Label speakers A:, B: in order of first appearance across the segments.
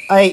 A: はい。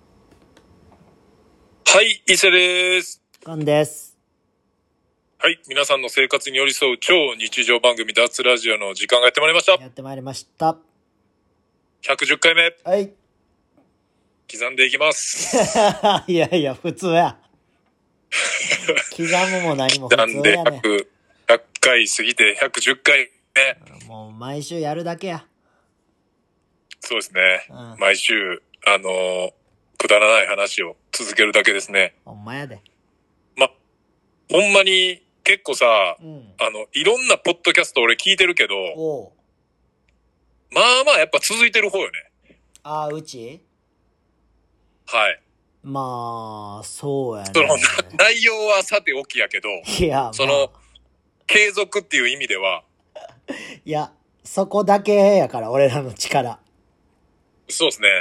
B: はい、伊勢です。
A: カンです。
B: はい、皆さんの生活に寄り添う超日常番組脱ラジオの時間がやってまいりました。
A: やってまいりました。
B: 110回目。
A: はい。
B: 刻んでいきます。
A: いやいや、普通や。刻むも何も普通やね。
B: 刻んで100回過ぎて110回目。
A: もう毎週やるだけや。
B: そうですね。毎週、くだらない話を続けるだけですね。
A: ほんまやで。
B: ほんまに結構さ、いろんなポッドキャスト俺聞いてるけど、まあまあやっぱ続いてる方よね。
A: ああ、うち？
B: はい。
A: まあ、そうやね。
B: その内容はさておきやけど、
A: いや、
B: その、継続っていう意味では。
A: いや、そこだけやから、俺らの力。
B: そうですね。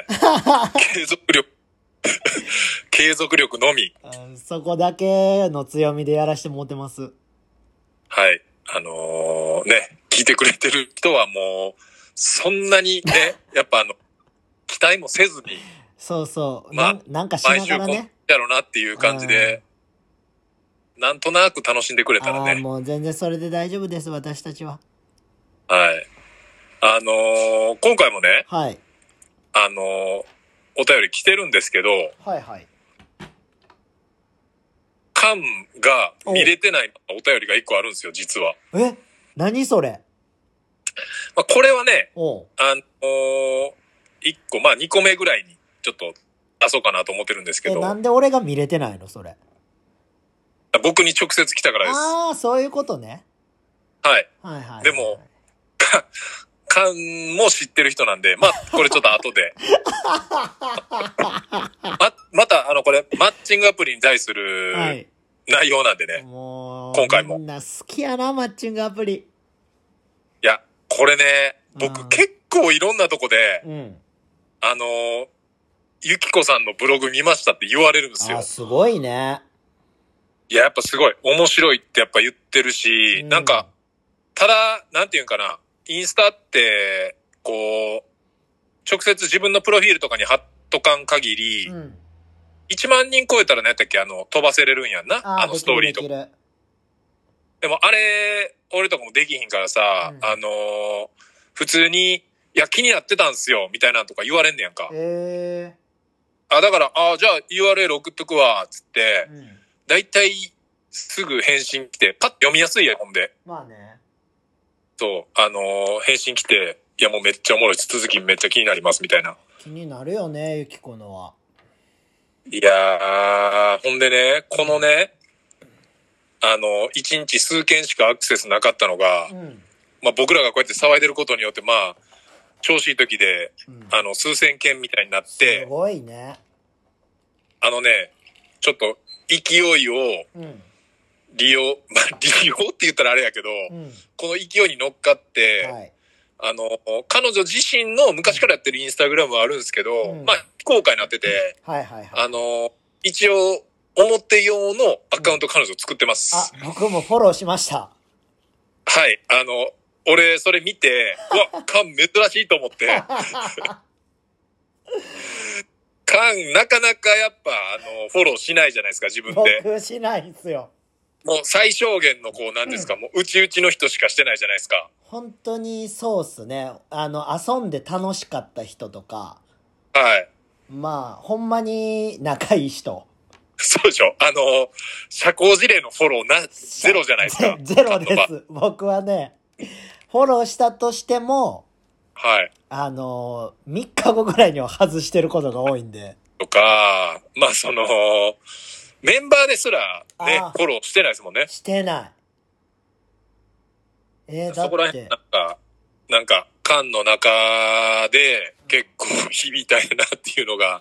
B: 継続力のみ。
A: そこだけの強みでやらしてもらってます。
B: はい。聞いてくれてる人はもう、そんなにね、やっぱ期待もせずに。
A: そうそう。なんかしながらね。
B: 毎週こうやろなっていう感じで、なんとなく楽しんでくれたらね。
A: もう全然それで大丈夫です、私たちは。
B: はい。今回もね、
A: はい。
B: お便り来てるんですけど、
A: はいはい。
B: カンが見れてないお便りが一個あるんですよ、実は。
A: 何それ？
B: これはね、1個、2個目ぐらいにちょっと出そうかなと思ってるんですけど。
A: なんで俺が見れてないのそれ？
B: 僕に直接来たからです。
A: ああ、そういうことね。
B: はい。
A: はいはい。
B: でも、カンも知ってる人なんで、これちょっと後で。また、これ、マッチングアプリに対する内容なんでね。
A: もう、
B: 今回も。
A: みんな好きやな、マッチングアプリ。
B: いや、これね、僕結構いろんなとこで、ゆきこさんのブログ見ましたって言われるんですよ。
A: すごいね。
B: いや、やっぱすごい。面白いってやっぱ言ってるし、なんか、ただ、なんていうんかな、インスタって、こう、直接自分のプロフィールとかに貼っとかん限り、1万人超えたら何やったっけ、飛ばせれるんやんな。ストーリーとか。でもあれ、俺とかもできひんからさ、普通に、いや、気になってたんすよ、みたいなのとか言われんねやんか。だから、じゃあ URL 送っとくわ、つって、だいたいすぐ返信来て、パッと読みやすいやん、ほんで。
A: まあね。
B: そう、返信来て、いやもうめっちゃおもろい、続きめっちゃ気になります、みたいな。
A: 気になるよね、ゆきこのは。
B: いやー、ほんでね、このね、1日数件しかアクセスなかったのが、僕らがこうやって騒いでることによって、調子いい時で、数千件みたいになって、
A: すごいね。
B: ちょっと勢いを利用って言ったらあれやけど、この勢いに乗っかって、彼女自身の昔からやってるインスタグラムはあるんですけど、非公開になってて、一応、表用のアカウント彼女作ってます。
A: 僕もフォローしました。
B: はい、俺、それ見て、カン珍しいと思って。カン、なかなかやっぱ、フォローしないじゃないですか、自分で。
A: 僕しないんすよ。
B: もう最小限のなんですか、もう内々の人しかしてないじゃないですか。
A: 本当にそうっすね。遊んで楽しかった人とか。
B: はい。
A: ほんまに仲いい人。
B: そうでしょ。社交辞令のフォローゼロじゃないですか。
A: ゼロです。僕はね、フォローしたとしても、
B: はい。
A: 3日後ぐらいには外してることが多いんで。
B: とか、メンバーですらね、フォローしてないですもんね。
A: してない。だって。
B: そこら辺なんか、缶の中で結構響いたいなっていうのが。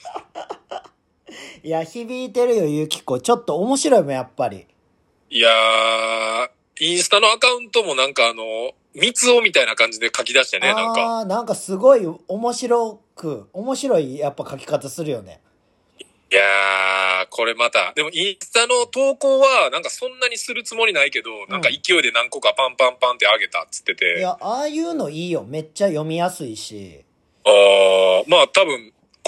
A: いや、響いてるよ、ゆきこ。ちょっと面白いもん、やっぱり。い
B: やー、インスタのアカウントもなんか三つおみたいな感じで書き出してね、なんか。
A: なんかすごい面白いやっぱ書き方するよね。
B: いやー、これまた。でもインスタの投稿はなんかそんなにするつもりないけど、なんか勢いで何個かパンパンパンって上げたっつってて。
A: いや、ああいうのいいよ。めっちゃ読みやすいし。
B: 多分、こ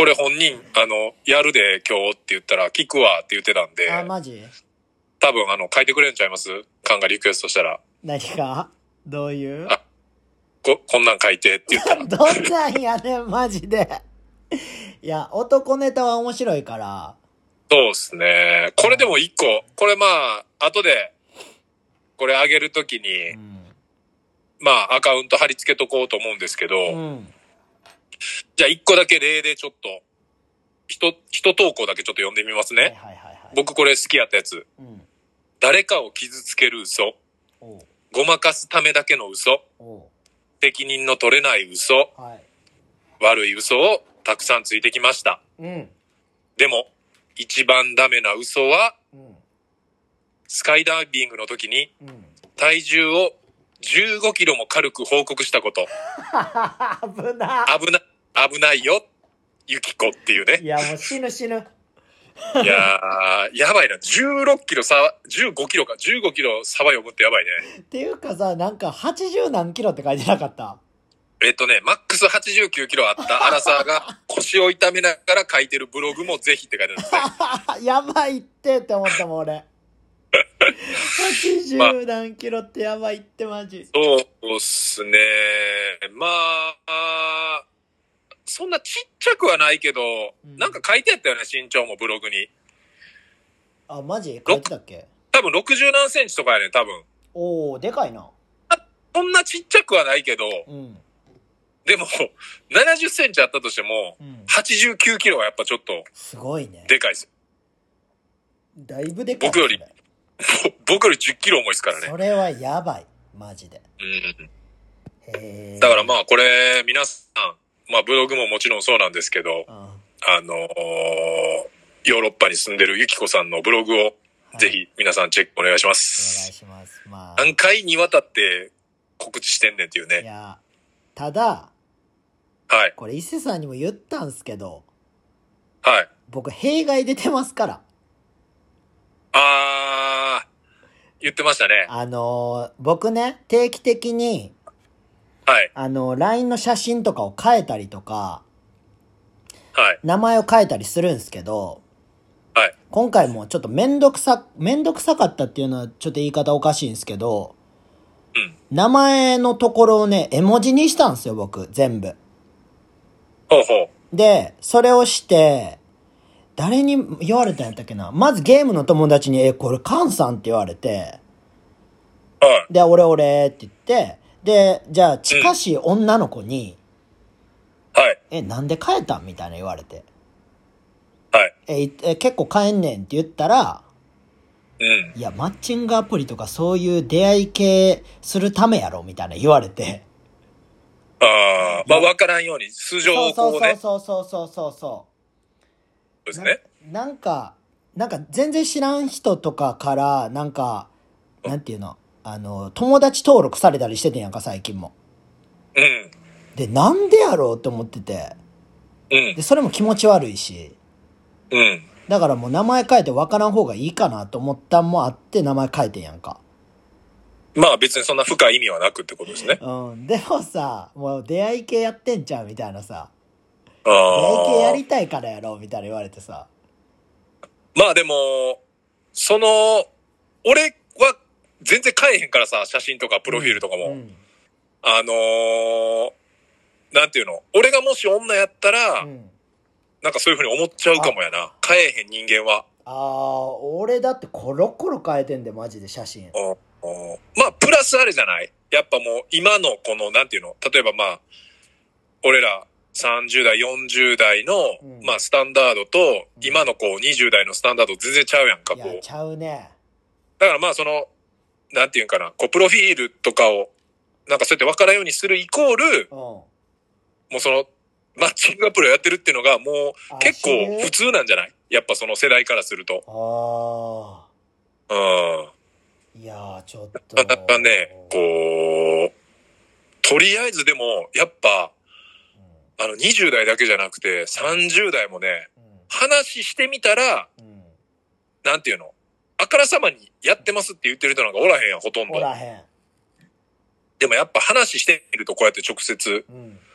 B: これ本人、やるで今日って言ったら、聞くわって言ってたんで、
A: あ、マジ？
B: 多分書いてくれるんちゃいます？カンがリクエストしたら。
A: 何かどういう？
B: あ、こんなん書いてって言ったら。
A: どんなんやねん、マジで。いや、男ネタは面白いから。
B: そうっすね。これでも一個、これまあ、後で、これ上げるときに、
A: うん、
B: まあ、アカウント貼り付けとこうと思うんですけど、
A: うん、
B: じゃあ一個だけ例でちょっと、一投稿だけちょっと読んでみますね。
A: はいはいはいはい。
B: 僕これ好きやったやつ。
A: うん、
B: 誰かを傷つける嘘。ごまかすためだけの嘘。責任の取れない嘘。
A: はい、
B: 悪い嘘をたくさんついてきました。
A: うん、
B: でも、一番ダメな嘘は、
A: うん、
B: スカイダイビングの時に
A: うん。
B: 体重を15キロも軽く報告したこと。
A: 危な。
B: 危ないよ、ユキコっていうね。
A: いや、もう死ぬ。
B: いやー、やばいな。15キロか。15キロ差は読むってやばいね。
A: っていうかさ、なんか80何キロって書いてなかった？
B: マックス89キロあったアラサーが腰を痛めながら書いてるブログもぜひって書いてあるんですね。
A: やばいって思ったもん、俺。80何キロってやばいってマジ。
B: そうっすね。まあ、そんなちっちゃくはないけど、なんか書いてあったよね、身長もブログに。
A: あ、マジ書いてたっけ？
B: 多分60何センチとかやね、多分。
A: おー、でかいな。
B: そんなちっちゃくはないけど、
A: うん。
B: でも、70センチあったとしても、89キロはやっぱちょっと、
A: すごいね。
B: でかいですよ。
A: だいぶでかい。
B: 僕より10キロ重いですからね。
A: それはやばい。マジで。
B: へー。だからまあこれ、皆さん、まあブログももちろんそうなんですけど、ヨーロッパに住んでるゆきこさんのブログを、ぜひ皆さんチェックお願いします。
A: お願いします。まあ。
B: 何回にわたって告知してんねんっていうね。
A: いや、ただ、
B: はい。
A: これ伊勢さんにも言ったんすけど、
B: はい。
A: 僕弊害出てますから。
B: 言ってましたね。
A: 僕ね、定期的に、
B: はい。
A: LINE の写真とかを変えたりとか、
B: はい。
A: 名前を変えたりするんすけど、
B: はい。
A: 今回もちょっとめんどくさかったっていうのはちょっと言い方おかしいんですけど、
B: うん。
A: 名前のところをね、絵文字にしたんですよ、僕、全部。
B: ほうほう。
A: で、それをして、誰に言われたんやったっけな。まずゲームの友達に、これカンさんって言われて、
B: はい。
A: で、俺って言って、で、じゃあ近しい女の子に、
B: はい。
A: なんで変えたんみたいな言われて。
B: はい。
A: 結構変えんねんって言ったら、
B: うん。
A: いや、マッチングアプリとかそういう出会い系するためやろみたいな言われて。
B: まあ分からんように、素性をこうね。そうですね。
A: なんか全然知らん人とかから、なんていうの、友達登録されたりしててんやんか、最近も。
B: うん。
A: で、なんでやろうって思ってて。
B: うん。
A: で、それも気持ち悪いし。
B: うん。
A: だからもう名前変えて分からん方がいいかなと思ったんもあって名前変えてんやんか。
B: まあ別にそんな深い意味はなくってことですね。
A: うん。でもさ、もう出会い系やってんちゃうみたいなさ。出会い系やりたいからやろみたいな言われてさ。
B: まあでも、俺は全然変えへんからさ、写真とかプロフィールとかも。うん、なんていうの、俺がもし女やったら、なんかそういう風に思っちゃうかもやな。変えへん人間は。
A: 俺だってコロコロ変えてんで、マジで写真。
B: まあ、プラスあれじゃない？やっぱもう今のこの、なんていうの？例えばまあ、俺ら30代、40代の、まあスタンダードと、今のこう20代のスタンダード全然ちゃうやんか、こう。
A: いや、ちゃうね。
B: だからまあなんていうんかな、こう、プロフィールとかを、なんかそうやって分からんようにするイコール、もうマッチングアプリをやってるっていうのがもう結構普通なんじゃない？やっぱその世代からすると。
A: いやー、ちょっと。
B: だからね、こう、とりあえずでも、やっぱ、20代だけじゃなくて、30代もね、話してみたら、なんていうの？あからさまにやってますって言ってる人なんかおらへんやん、ほとんど。
A: おらへん。
B: でもやっぱ話してみるとこうやって直接、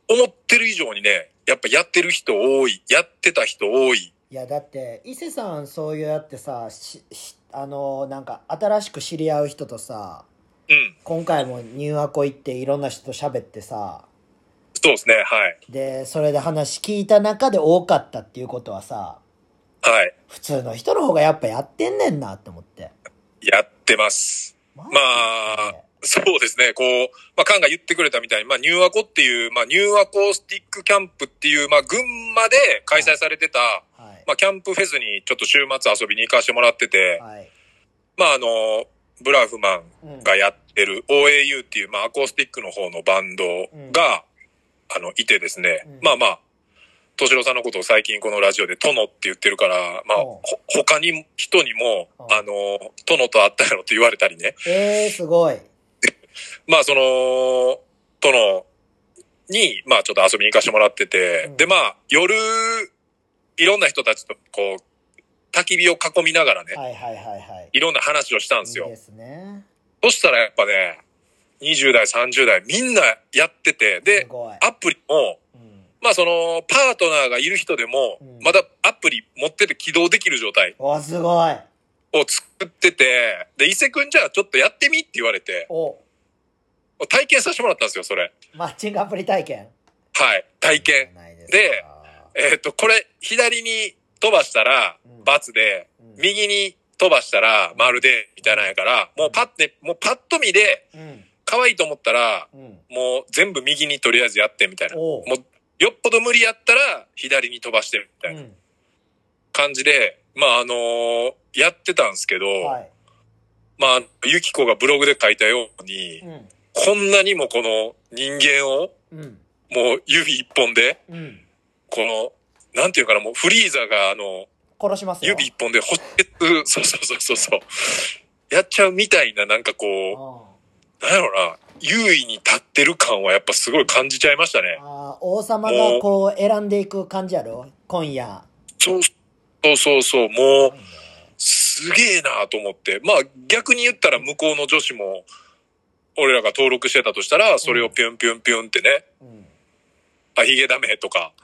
B: 思ってる以上にね、やっぱやってる人多い。やってた人多い。
A: いや、だって、伊勢さんそういうやってさ、なんか、新しく知り合う人とさ、
B: うん。
A: 今回もニューアコ行っていろんな人と喋ってさ、
B: そうですね。はい。
A: で、それで話聞いた中で多かったっていうことはさ、
B: はい。
A: 普通の人の方がやっぱやってんねんなって思って。
B: やってます。
A: ま
B: まあ、そうですね。こう、まあ、カンが言ってくれたみたいに、まあ、ニューアコっていう、まあ、ニューアコースティックキャンプっていう、まあ、群馬で開催されてた、
A: はい、
B: まあ、キャンプフェスにちょっと週末遊びに行かせてもらってて、
A: はい、
B: まあ、ブラフマンがやってる OAU っていう、まあ、アコースティックの方のバンドが、いてですね、まあまあ、敏郎さんのことを最近このラジオで殿って言ってるから、まあ、他に、人にも、殿と会ったやろって言われたりね。
A: すごい。
B: まあ、殿に、まあ、ちょっと遊びに行かせてもらってて、で、まあ、夜、いろんな人たちと、こう、焚き火を囲みながらね、いろんな話をしたんですよ。
A: いいですね。
B: そしたらやっぱね、20代、30代、みんなやってて、で、アプリも、まあパートナーがいる人でも、まだアプリ持ってて起動できる状態。
A: すごい。
B: を作ってて、で、伊勢くんじゃあちょっとやってみって言われて、体験させてもらったんですよ、それ。
A: マッチングアプリ体験。
B: はい、体験。で、これ、左に飛ばしたら、×で、右に飛ばしたら、丸で、みたいなんやから、もうパッと見で、可愛いと思ったら、もう全部右にとりあえずやってみたいな。もうよっぽど無理やったら左に飛ばしてみたいな感じで、まあやってたんですけど、まあゆきこがブログで書いたように、こんなにもこの人間を、もう指一本で、このなんていうかな、もうフリーザが
A: 殺しますよ。
B: 指一本で補欠、そうやっちゃうみたいな、なんかこう、なんやろな、優位に立ってる感はやっぱすごい感じちゃいましたね。
A: 王様がこう選んでいく感じやろ今夜。
B: そう、もう、すげえなと思って。まあ逆に言ったら向こうの女子も、俺らが登録してたとしたら、それをピュンピュンピュンってね、ヒゲダメとか、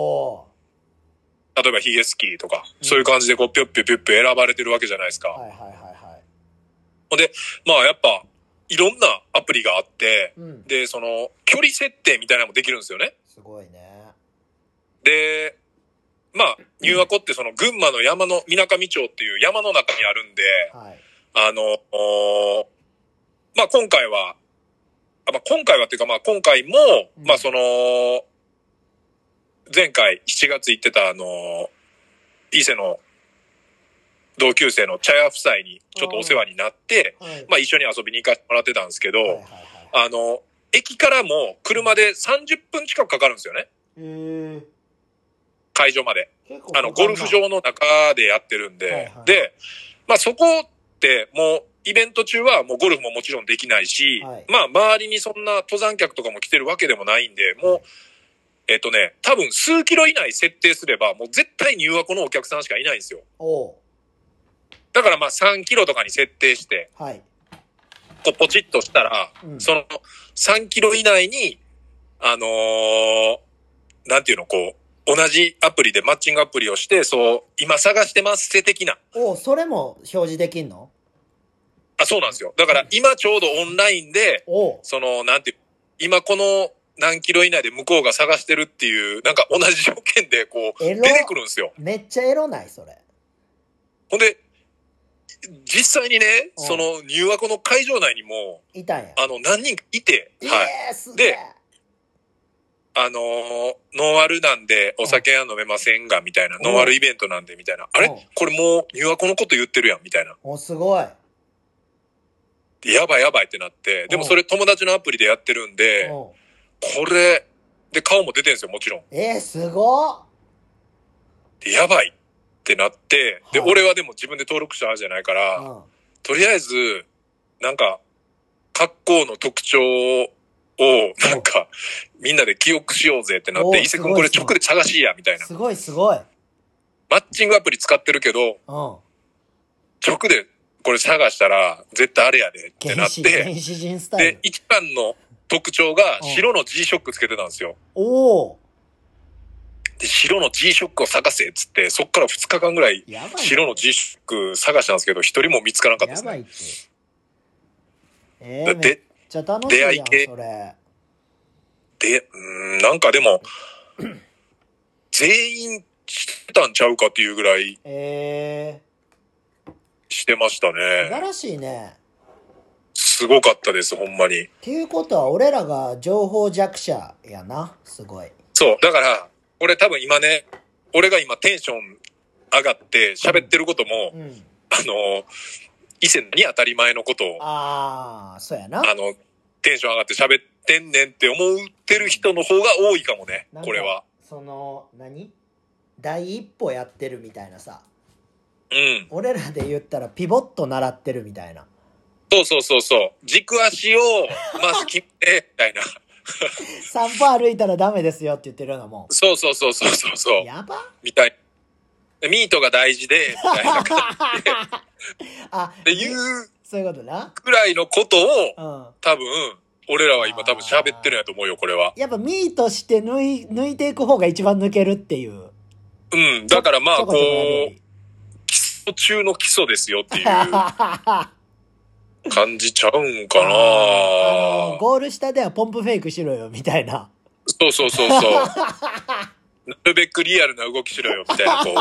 B: 例えばヒゲスキーとか、そういう感じでこうピュッピュッピュッピュ選ばれてるわけじゃないですか。ほんで、まあやっぱ、いろんなアプリがあって、で、距離設定みたいなのもできるんですよね。
A: すごいね。
B: で、まあ、ニューアコって群馬の山の、水上町っていう山の中にあるんで、まあ今回はっていうかまあ今回も、まあ前回7月行ってた伊勢の同級生の茶屋夫妻にちょっとお世話になって、まあ一緒に遊びに行かせてもらってたんですけど、駅からも車で30分近くかかるんですよね。会場まで。ゴルフ場の中でやってるんで、で、まあそこってもうイベント中はもうゴルフももちろんできないし、まあ周りにそんな登山客とかも来てるわけでもないんで、もう、多分数キロ以内設定すればもう絶対ニューアコのお客さんしかいないんですよ。だからまあ3キロとかに設定して、こうポチッとしたら、その3キロ以内に、なんていうの、こう、同じアプリでマッチングアプリをして、そう、今探してます、的な。
A: それも表示できんの？
B: そうなんですよ。だから今ちょうどオンラインで、なんていう、今この何キロ以内で向こうが探してるっていう、なんか同じ条件でこう、出てくるんですよ。
A: めっちゃエロない、それ。
B: ほんで、実際にね、ニューアコの会場内にも、
A: いたんや。
B: 何人かいて、
A: はい。で、
B: ノンアルなんでお酒は飲めませんが、みたいな、ノンアルイベントなんで、みたいな。あれこれもうニューアコのこと言ってるやん、みたいな。
A: すごい。
B: やばいってなって、でもそれ友達のアプリでやってるんで、これ、で顔も出てるんですよ、もちろん。
A: すごっ。
B: で、やばいってなって、で、俺はでも自分で登録したじゃないから、とりあえず、なんか、格好の特徴を、なんか、みんなで記憶しようぜってなって、伊勢くんこれ直で探しや、みたいな。
A: すごい。
B: マッチングアプリ使ってるけど、直でこれ探したら、絶対あれやでってなって、で、一番の特徴が白の G ショックつけてたんですよ。
A: おー。
B: で、白の G ショックを探せっつって、そっから2日間ぐらい白の G ショック探したんですけど、一人も見つからなかったですね。
A: やばいって。めっちゃ楽しいやん、それ。
B: で、なんかでも、全員してたんちゃうかっていうぐらい、してましたね。
A: 素晴らしいね。
B: すごかったです、ほんまに。
A: っていうことは、俺らが情報弱者やな、すごい。
B: そう、だから、俺多分今ね、俺が今テンション上がって喋ってることも、以前に当たり前のことを、
A: そうやな。
B: テンション上がって喋ってんねんって思ってる人の方が多いかもね、これは。
A: 第一歩やってるみたいなさ。
B: うん。
A: 俺らで言ったらピボット習ってるみたいな。
B: そう。軸足をまず決めて、みたいな。
A: 散歩歩いたらダメですよって言ってるようなもん。
B: そう。
A: やば
B: みたい。ミートが大事で、みたいな感じで。っていう、
A: そういうことな。
B: くらいのことを、多分、俺らは今多分喋ってるんやと思うよ、これは。
A: やっぱミートして抜いていく方が一番抜けるっていう。
B: うん、だからまあ、こう、基礎中の基礎ですよっていう感じちゃうんかな。
A: ゴール下ではポンプフェイクしろよ、みたいな。
B: そう。なるべくリアルな動きしろよ、みたいな、こう。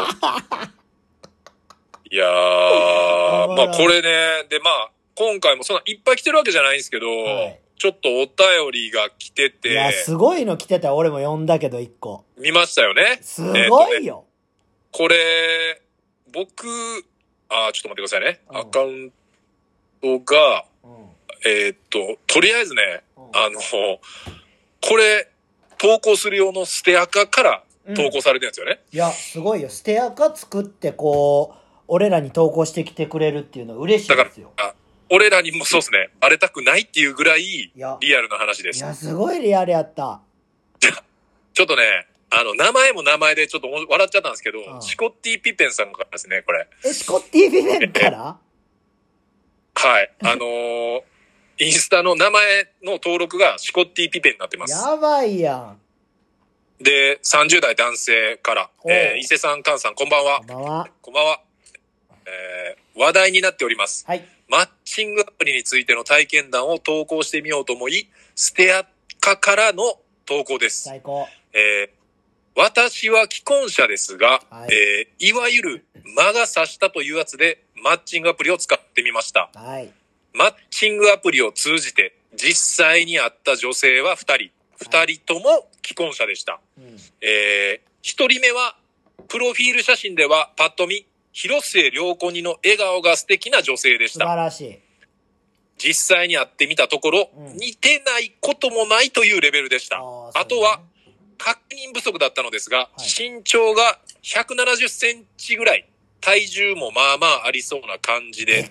B: いやー、まあこれね、でまあ、今回もそんないっぱい来てるわけじゃないんですけど、ちょっとお便りが来てて。
A: いや、すごいの来てたよ。俺も読んだけど、一個。
B: 見ましたよね。
A: すごいよ。
B: これ、僕、ちょっと待ってくださいね。アカウントが、とりあえずね、これ、投稿する用のステアカから投稿されてるんですよね。
A: いや、すごいよ。ステアカ作ってこう、俺らに投稿してきてくれるっていうのは嬉しいですよ。
B: だから、俺らにもそうですね、バレたくないっていうぐらいリアルな話です。
A: いや、すごいリアルやった。
B: ちょっとね、名前も名前でちょっと笑っちゃったんですけど、シコッティ・ピペンさんからですね、これ。
A: シコッティ・ピペンから
B: はい。インスタの名前の登録がシコッティ・ピペンになってます。
A: やばいやん。
B: で、30代男性から、伊勢さん、菅さん、こんばんは。
A: こんばんは。
B: こんばんは。話題になっております。
A: はい。
B: マッチングアプリについての体験談を投稿してみようと思い、ステアカからの投稿です。
A: 最高。
B: 私は既婚者ですが、いわゆる魔が差したというやつでマッチングアプリを使ってみました。
A: はい。
B: マッチングアプリを通じて実際に会った女性は2人。2人とも既婚者でした。1人目はプロフィール写真ではパッと見、広末涼子にの笑顔が素敵な女性でした。
A: 素晴らしい。
B: 実際に会ってみたところ、似てないこともないというレベルでした。あとは、確認不足だったのですが、身長が170センチぐらい、体重もまあまあありそうな感じで、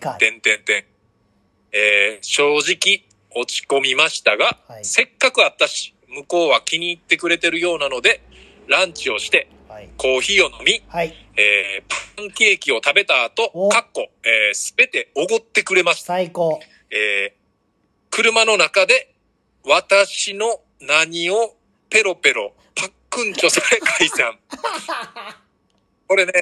B: 正直落ち込みましたが、せっかく会ったし、向こうは気に入ってくれてるようなので、ランチをして、コーヒーを飲み、パンケーキを食べた後、すべておごってくれました。
A: 最高。
B: 車の中で、私の何をペロペロ、パックンチョされ解散。これね、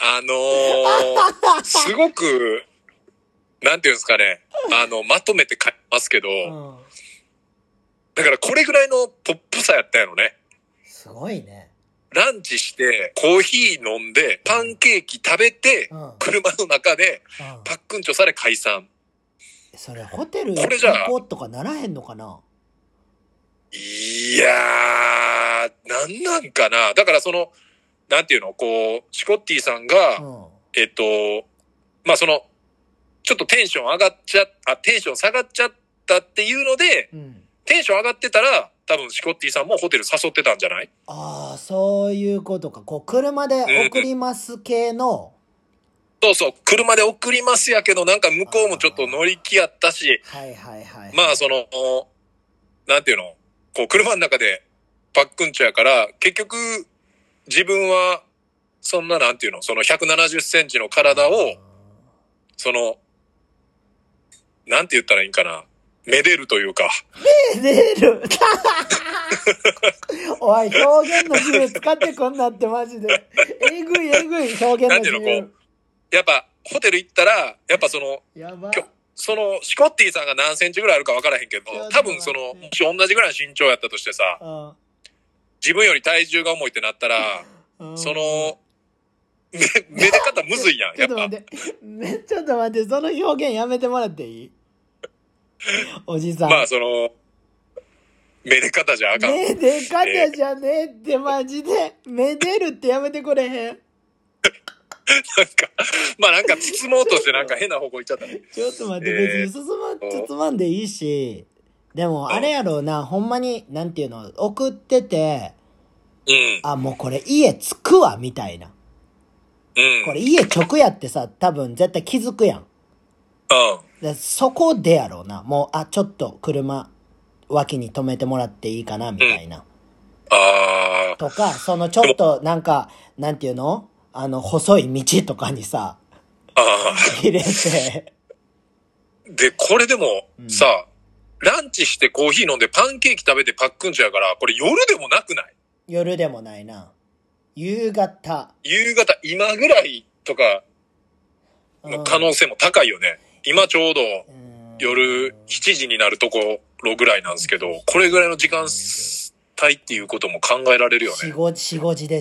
B: すごく、なんていうんですかね、まとめて書きますけど、だからこれぐらいのポップさやったやろね。
A: すごいね。
B: ランチして、コーヒー飲んで、パンケーキ食べて、車の中で、パックンチョされ解散。
A: それ、ホテル
B: 行
A: こうとかならへんのかな？
B: いやー、なんかな。だからなんていうの、こう、シコッティさんが、まあちょっとテンション下がっちゃったっていうので、テンション上がってたら、多分シコッティさんもホテル誘ってたんじゃない？
A: ああ、そういうことか。こう、車で送ります系の、
B: そう、車で送りますやけど、なんか向こうもちょっと乗り気やったし、まあなんていうの、こう、車の中でパックンチョやから、結局、自分は、そんななんていうの、その170センチの体を、なんて言ったらいいんかな。 めでるというか。
A: めでるおい、表現の自由使ってこんなってマジで。えぐい表現の自由。
B: なんていうの、こう、やっぱ、ホテル行ったら、やっぱ
A: やば。
B: シコッティさんが何センチぐらいあるか分からへんけど、多分もし同じぐらいの身長やったとしてさ、自分より体重が重いってなったら、めで方むずいやん、やっぱ。
A: ちょっと待って、その表現やめてもらっていいおじさん。
B: まあ、めで方じゃあかん。
A: めで方じゃねえってマジで。めでるってやめてくれへん。
B: なんか、まあなんか包もうとしてなんか変な方向行っちゃったね。
A: ちょっと待って、別に包まんでいいし、でもあれやろうな、ほんまに、なんていうの、送ってて、あ、もうこれ家着くわ、みたいな。これ家直やってさ、多分絶対気づくやん。でそこでやろうな。もう、ちょっと車、脇に止めてもらっていいかな、みたいな。とか、ちょっと、なんか、なんていうの？細い道とかにさ、入れて。
B: で、これでも、さ、ランチしてコーヒー飲んでパンケーキ食べてパックンチやから、これ夜でもなくない？
A: 夜でもないな。夕方、
B: 今ぐらいとかの可能性も高いよね。今ちょうど夜7時になるところぐらいなんですけど、これぐらいの時間帯っていうことも考えられるよね。
A: 4、5時です。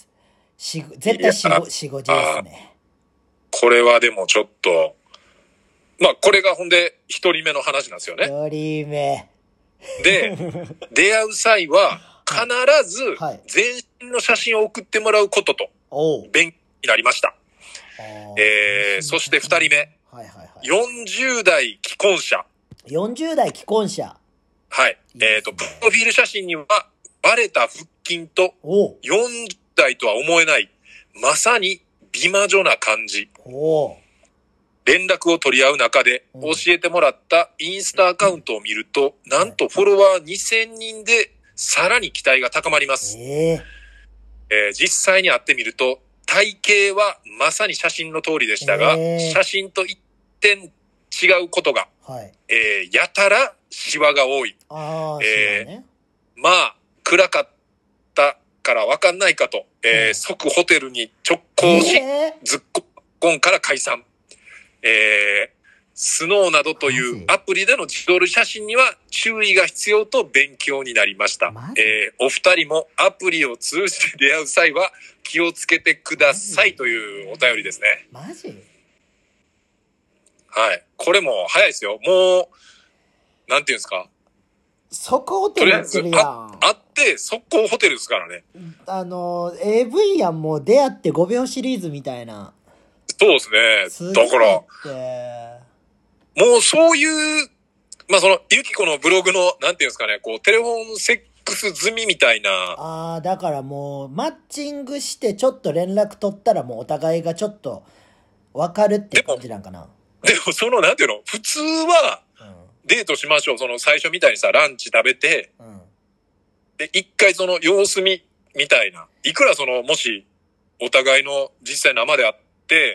A: 絶対4、5時ですね。
B: これはでもちょっと、まあこれがほんで一人目の話なんですよね。
A: 一人目。
B: で、出会う際は必ず全身の写真を送ってもらうことと勉強になりました。そして二人目。40代既婚者。
A: 40代既婚者。
B: はい。プロフィール写真には、バレた腹筋と、40代とは思えない、まさに美魔女な感じ。連絡を取り合う中で、教えてもらったインスタアカウントを見ると、なんとフォロワー2000人で、さらに期待が高まります。実際に会ってみると、体型はまさに写真の通りでしたが、写真と一点違うことが、やたらシワが多い。まあ、暗かったからわかんないかと、即ホテルに直行し、ずっこんから解散。スノーなどというアプリでの自撮り写真には注意が必要と勉強になりました。お二人もアプリを通じて出会う際は気をつけてくださいというお便りですね。
A: マジ？
B: はい。これも早いですよ。もう、なんていうんですか。
A: 即ホテルやってるやん。
B: 会って速攻ホテルですからね。
A: AV やん、もう出会って5秒シリーズみたいな。
B: そうですね。だから、もうそういう、まあゆきこのブログの、なんていうんですかね、こう、テレフォンセックス済みみたいな。
A: だからもう、マッチングしてちょっと連絡取ったらもうお互いがちょっと分かるって感じなんかな。
B: でもなんていうの、普通は、デートしましょう。最初みたいにさ、ランチ食べて、で、一回様子見、みたいな。いくらもし、お互いの実際生で会って、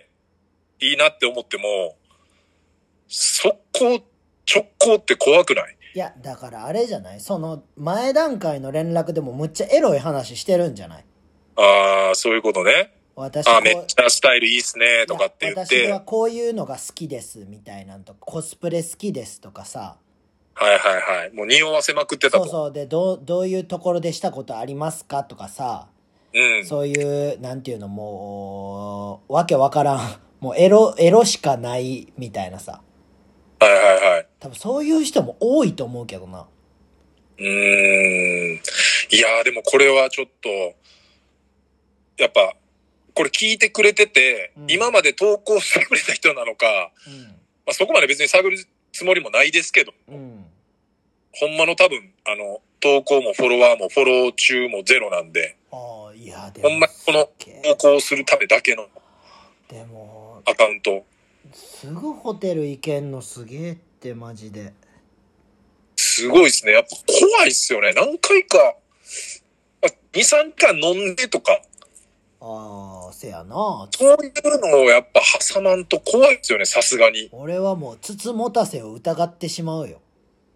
B: いいなって思っても、直行って怖くない？
A: いや、だからあれじゃない？前段階の連絡でもむっちゃエロい話してるんじゃない？
B: そういうことね。めっちゃスタイルいいっすね、とかって言って。
A: 私はこういうのが好きです、みたいなんとか、コスプレ好きですとかさ。
B: はいはいはい。もう匂わせまくってたと。
A: そう。で、どういうところでしたことありますかとかさ。そういう、なんていうの、もう、わけわからん。もうエロしかないみたいなさ。
B: はい。
A: 多分そういう人も多いと思うけどな。
B: いやーでもこれはちょっと、やっぱ、これ聞いてくれてて、今まで投稿してくれた人なのか、まあ、そこまで別に探るつもりもないですけど、ほんまの多分、投稿もフォロワーもフォロー中もゼロなんで、ほんまこの投稿するためだけのアカウント。
A: すぐホテル行けんのすげえってマジで。
B: すごいですね。やっぱ怖いっすよね。何回か、2、3回飲んでとか。
A: せやな。
B: そういうのをやっぱ挟まんと怖いですよね、さすがに。
A: 俺はもう、つつもたせを疑ってしまうよ。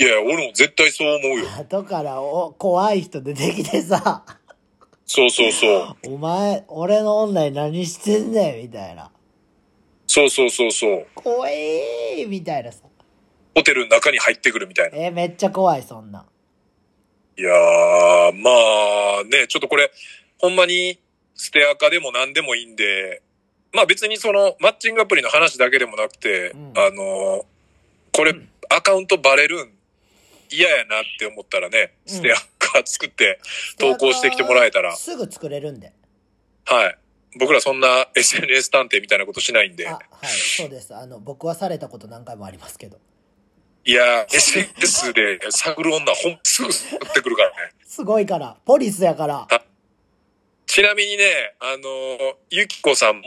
B: いや、俺も絶対そう思うよ。
A: 後から怖い人出てきてさ、
B: そうそうそう。
A: お前、俺の女に何してんねんみたいな。
B: そうそうそうそう。
A: 怖いみたいなさ。
B: ホテルの中に入ってくるみたいな。
A: めっちゃ怖い、そんな。
B: いやー、まあね、ちょっとこれ、ほんまにステアカでも何でもいいんで、まあ別にそのマッチングアプリの話だけでもなくて、これ、アカウントバレるん嫌やなって思ったらね、ステアカ作って投稿してきてもらえたら。
A: すぐ作れるんで。
B: はい。僕らそんな SNS 探偵みたいなことしないんで。
A: はい、そうです。僕はされたこと何回もありますけど。
B: いや、SNS で探る女すぐ作ってくるからね。
A: すごいから。ポリスやから。
B: ちなみにね、ゆきこさんも、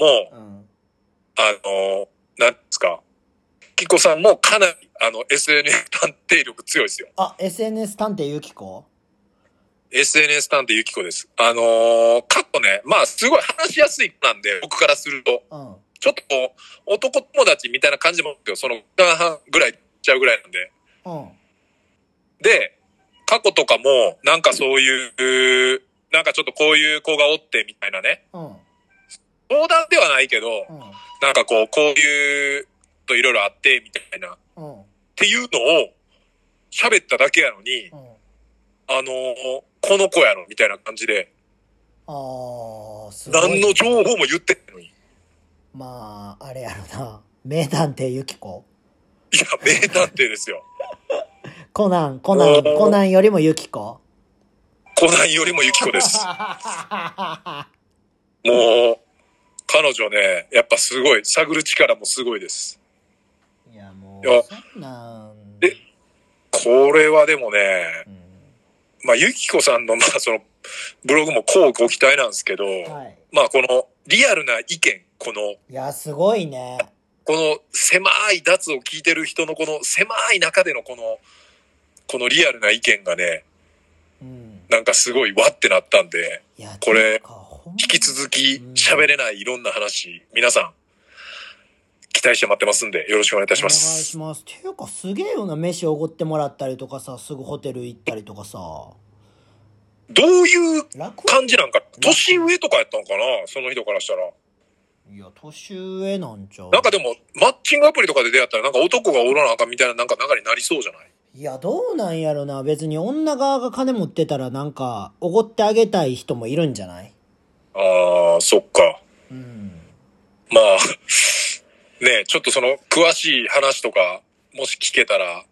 B: なんですか、ゆきこさんもかなり、SNS 探偵力強いですよ。
A: SNS 探偵ゆきこ？
B: SNS 探偵ゆきこです。過去ね、まあ、すごい話しやすい子なんで、僕からすると。ちょっとこう、男友達みたいな感じも、その、半ぐらいちゃうぐらいなんで。で、過去とかも、なんかそういう、なんかちょっとこういう子がおってみたいなね。相談ではないけど、なんかこういうといろいろあってみたいな。っていうのを喋っただけやのに、この子やろみたいな感じで。すごい。何の情報も言ってんのに。
A: まあ、あれやろな。名探偵ゆきこ。
B: いや、名探偵ですよ。
A: コナンよりもゆきこ。
B: コナンよりもゆきこです。もう、彼女ね、やっぱすごい、探る力もすごいです。
A: いや、もう、そんなん。
B: で、これはでもね、まあ、ゆきこさんの、まあ、その、ブログもこうご期待なんですけど、まあ、この、リアルな意見、い
A: や、すごいね。
B: この、狭い脱を聞いてる人のこの、狭い中でのこのリアルな意見がね、なんかすごいわってなったんで、これ、引き続き喋れないいろんな話、皆さん、期待して待ってますんで、よろしくお願いいたします。
A: お願いします。ていうか、すげえよな、飯おごってもらったりとかさ、すぐホテル行ったりとかさ。
B: どういう感じなんか、年上とかやったのかな、その人からしたら。
A: いや、年上なんちゃう。
B: なんかでも、マッチングアプリとかで出会ったら、なんか男がおらなあかんみたいな、なんか流れになりそうじゃない？
A: いや、どうなんやろな。別に女側が金持ってたらなんか、おごってあげたい人もいるんじゃない？
B: ああ、そっか。まあ、ねえ、ちょっとその、詳しい話とか、もし聞けたら、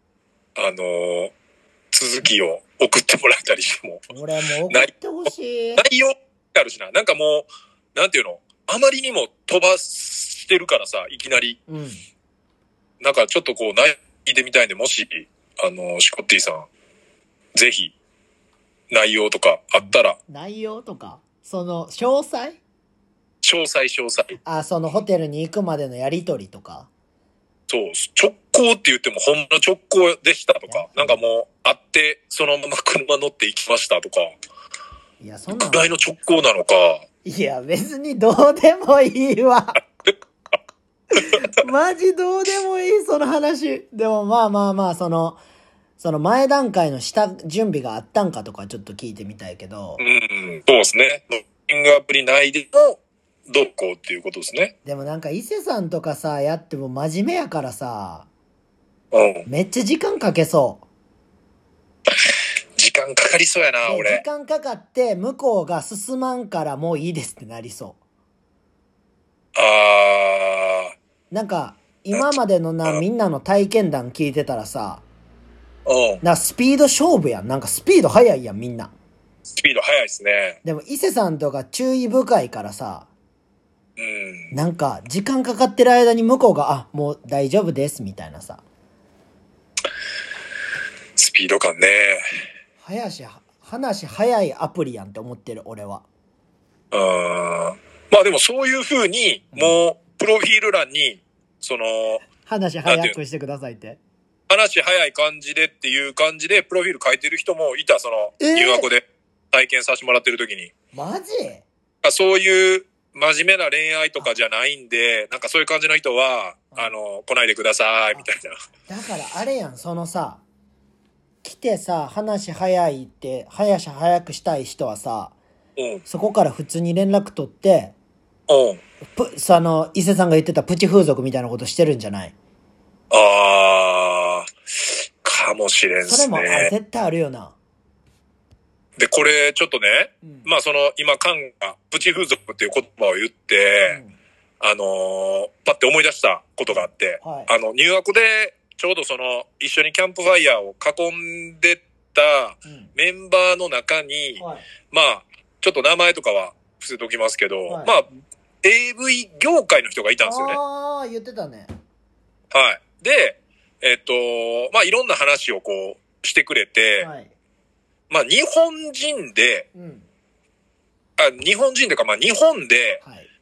B: 続きを送ってもらえたりしても。
A: 俺も送ってほしい。
B: 内容あるしな。なんかもう、なんていうの？あまりにも飛ばしてるからさ、いきなり。なんかちょっとこう、聞いてみたいんで、もし、シコッティさん、ぜひ、内容とかあったら。
A: 内容とかその、詳細。そのホテルに行くまでのやりとりとか。
B: そう、直行って言っても、ほんま直行でしたとか、なんかもう、会って、そのまま車乗って行きましたとか。いや、そんな。ぐらいの直行なのか。
A: いや、別にどうでもいいわ。マジどうでもいい、その話。でもまあ、その前段階の下準備があったんかとかちょっと聞いてみたいけど。
B: そうですね。マッチングアプリ内でのどうこうっていうことですね。
A: でもなんか伊勢さんとかさ、やっても真面目やからさ、めっちゃ時間かけそう。
B: 時間かかりそうやな、俺。
A: 時間かかって向こうが進まんからもういいですってなりそう。なんか、今までのみんなの体験談聞いてたらさ、スピード勝負やん。なんかスピード速いやん、みんな。
B: スピード速いっすね。
A: でも伊勢さんとか注意深いからさ、なんか時間かかってる間に向こうが、もう大丈夫ですみたいなさ。
B: スピード感ね。
A: 話早いアプリやんって思ってる、俺は。
B: まあでもそういう風に、もう、プロフィール欄に、
A: 話早くしてくださいって。
B: 話早い感じでっていう感じで、プロフィール書いてる人もいた、入学で体験させてもらってる時に。
A: マジ？
B: そういう真面目な恋愛とかじゃないんで、なんかそういう感じの人は、来ないでください、みたいな。
A: だからあれやん、そのさ、 来てさ、話早くしたい人はさ、そこから普通に連絡取って、伊勢さんが言ってたプチ風俗みたいなことしてるんじゃない？
B: かもしれんすね。
A: それも、絶対あるよな。
B: で、これ、ちょっとね、まあ今、カンがプチ風俗っていう言葉を言って、パッて思い出したことがあって、入学で、ちょうど一緒にキャンプファイヤーを囲んでたメンバーの中に、まあ、ちょっと名前とかは伏せておきますけど、まあ、AV 業界の人がいたんですよね。
A: 言ってたね。
B: はい。で、まあ、いろんな話をこう、してくれて、まあ、日本人で、日本人というか、まあ、日本で、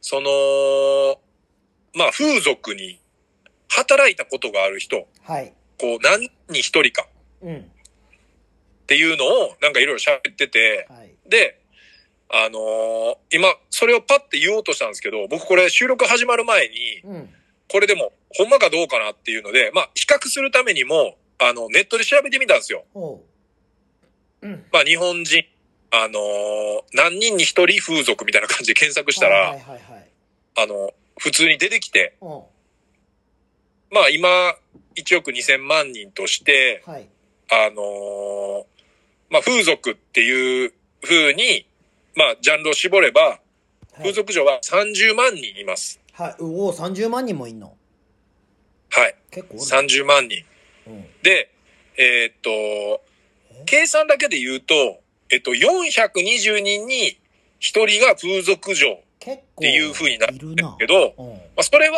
B: まあ、風俗に働いたことがある人、こう、何人一人か、っていうのを、なんかいろいろ喋ってて、で、今、それをパッて言おうとしたんですけど、僕これ収録始まる前に、これでも、ほんまかどうかなっていうので、まあ、比較するためにも、ネットで調べてみたんですよ。まあ、日本人、何人に一人風俗みたいな感じで検索したら、普通に出てきて、まあ、今、1億2000万人として、まあ、風俗っていう風に、まあ、ジャンルを絞れば、風俗嬢は30万人います。
A: 30万人もいんの？
B: はい。結構30万人。で、計算だけで言うと、420人に1人が風俗嬢っていう風になるんですけど、まあ、それは、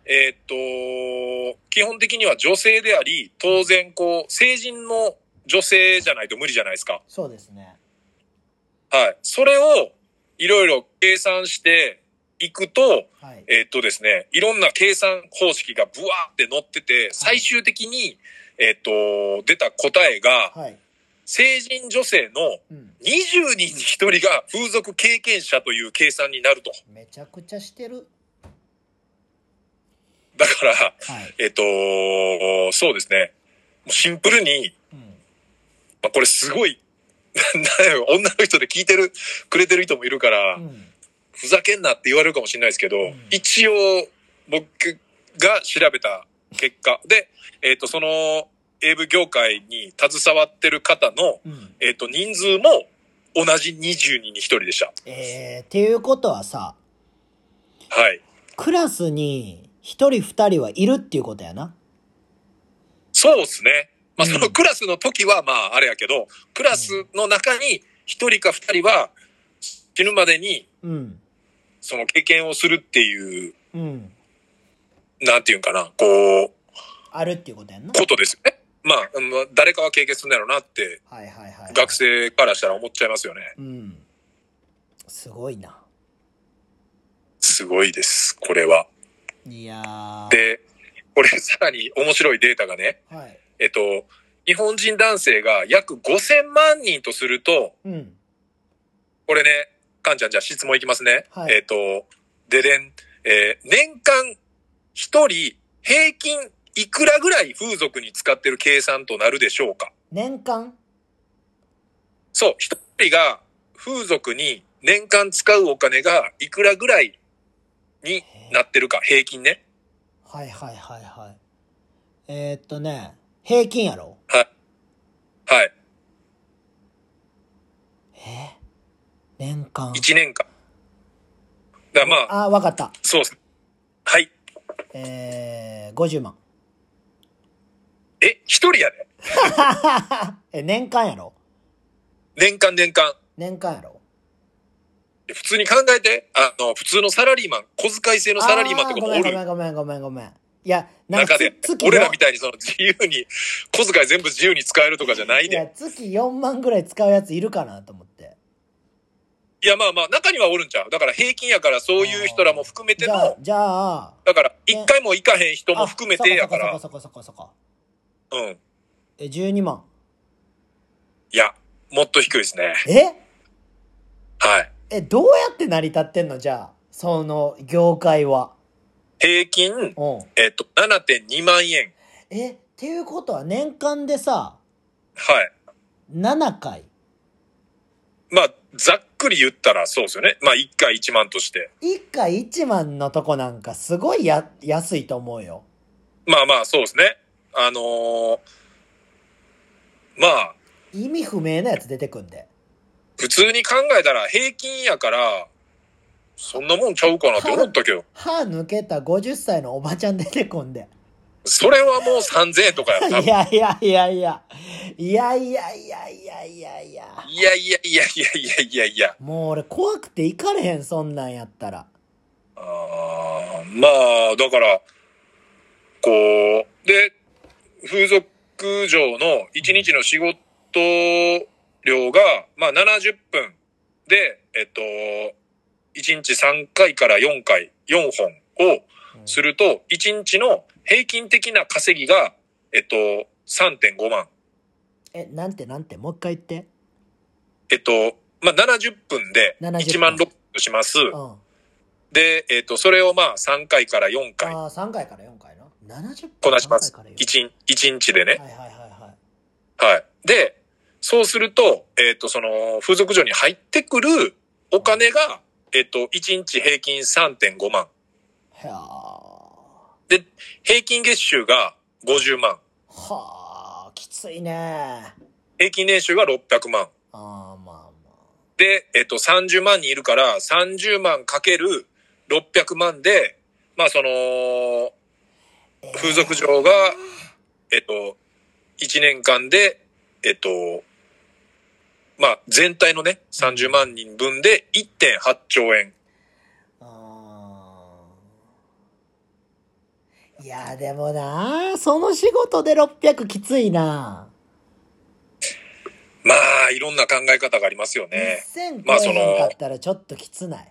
B: 基本的には女性であり、当然、こう、成人の女性じゃないと無理じゃないですか。
A: そうですね。
B: はい。それを、いろいろ計算していくと、ですね、いろんな計算方式がブワーって載ってて、最終的に、出た答えが、成人女性の20人に1人が風俗経験者という計算になると。
A: めちゃくちゃしてる。
B: だから、そうですね。シンプルに、まあ、これすごい、女の人で聞いてくれてる人もいるから、ふざけんなって言われるかもしれないですけど、一応僕が調べた結果で、その AV 業界に携わってる方の、人数も同じ20人に1人でした。
A: っていうことはさ、クラスに1人2人はいるっていうことやな。
B: そうですね。まあ、そのクラスの時はまああれやけど、クラスの中に1人か2人は死ぬまでに、その経験をするっていう、なんていうんかな、こう、
A: あるっていうことやんな。
B: ことですよね。まあ、誰かは経験するんだろうなって、学生からしたら思っちゃいますよね。
A: すごいな。
B: すごいです、これは。
A: いやー。
B: で、これさらに面白いデータがね、日本人男性が約5000万人とすると、これね、かんちゃんじゃあ質問いきますね。ででん、年間一人平均いくらぐらい風俗に使ってる計算となるでしょうか？
A: 年間？
B: そう、一人が風俗に年間使うお金がいくらぐらいになってるか、平均ね。
A: 平均やろ？
B: はい。
A: 年間。
B: 1年間。だからまあ。
A: わかった。
B: そうです。はい。
A: 50万。
B: 一人や
A: で。年間やろ？
B: 年間。
A: 年間やろ？
B: 普通に考えて、普通のサラリーマン、小遣い制のサラリーマンとかもおる。
A: ごめん。いや、
B: 中で、俺らみたいにその自由に、小遣い全部自由に使えるとかじゃないで。
A: いや、月4万ぐらい使うやついるかなと思って。
B: いや、まあまあ、中にはおるんちゃう。だから平均やからそういう人らも含めての。
A: じゃあ。
B: だから、一回も行かへん人も含めてやから。
A: そこ。
B: うん。
A: 12万。
B: いや、もっと低いですね。はい。
A: どうやって成り立ってんのじゃあ、その業界は。
B: 平均、7.2 万円。
A: っていうことは年間でさ、
B: はい。
A: 7回。
B: まあ、ざっくり言ったらそうですよね。まあ、1回1万として。
A: 1回1万のとこなんかすごい安いと思うよ。
B: まあまあ、そうですね。まあ。
A: 意味不明なやつ出てくんで。
B: 普通に考えたら平均やから、そんなもんちゃうかなって思ったけど。
A: 歯抜けた50歳のおばちゃん出てこんで。
B: それはもう3000円とかやった。
A: いやいやいやいや。いやいやいやいやいやいや。
B: いやいやいやいやいやいやいや。
A: もう俺怖くて行かれへん、そんなんやったら。
B: まあ、だから、こう、で、風俗嬢の1日の仕事量が、まあ70分で、1日3回から4回、4本をすると、1日の平均的な稼ぎが、3.5 万。
A: なんてもう一回言って。
B: まあ70分で1万6とします。で、それをまあ3回から4回。
A: ああ、3回から4回な。70分
B: こなします。1日でね。
A: はいはいはいはい。
B: はい。で、そうすると、その、風俗嬢に入ってくるお金が、1日平均 3.5 万。で、平均月収が50万。
A: はあ、きついね。
B: 平均年収が600万。
A: ああ、まあまあ。
B: で、30万人いるから、30万かける600万で、まあその、風俗嬢が、1年間で、まあ全体のね、30万人分で 1.8 兆円。
A: いやでもな、その仕事で600きついな。
B: まあいろんな考え方がありますよね。
A: 1000超えへんかったらちょっときつない。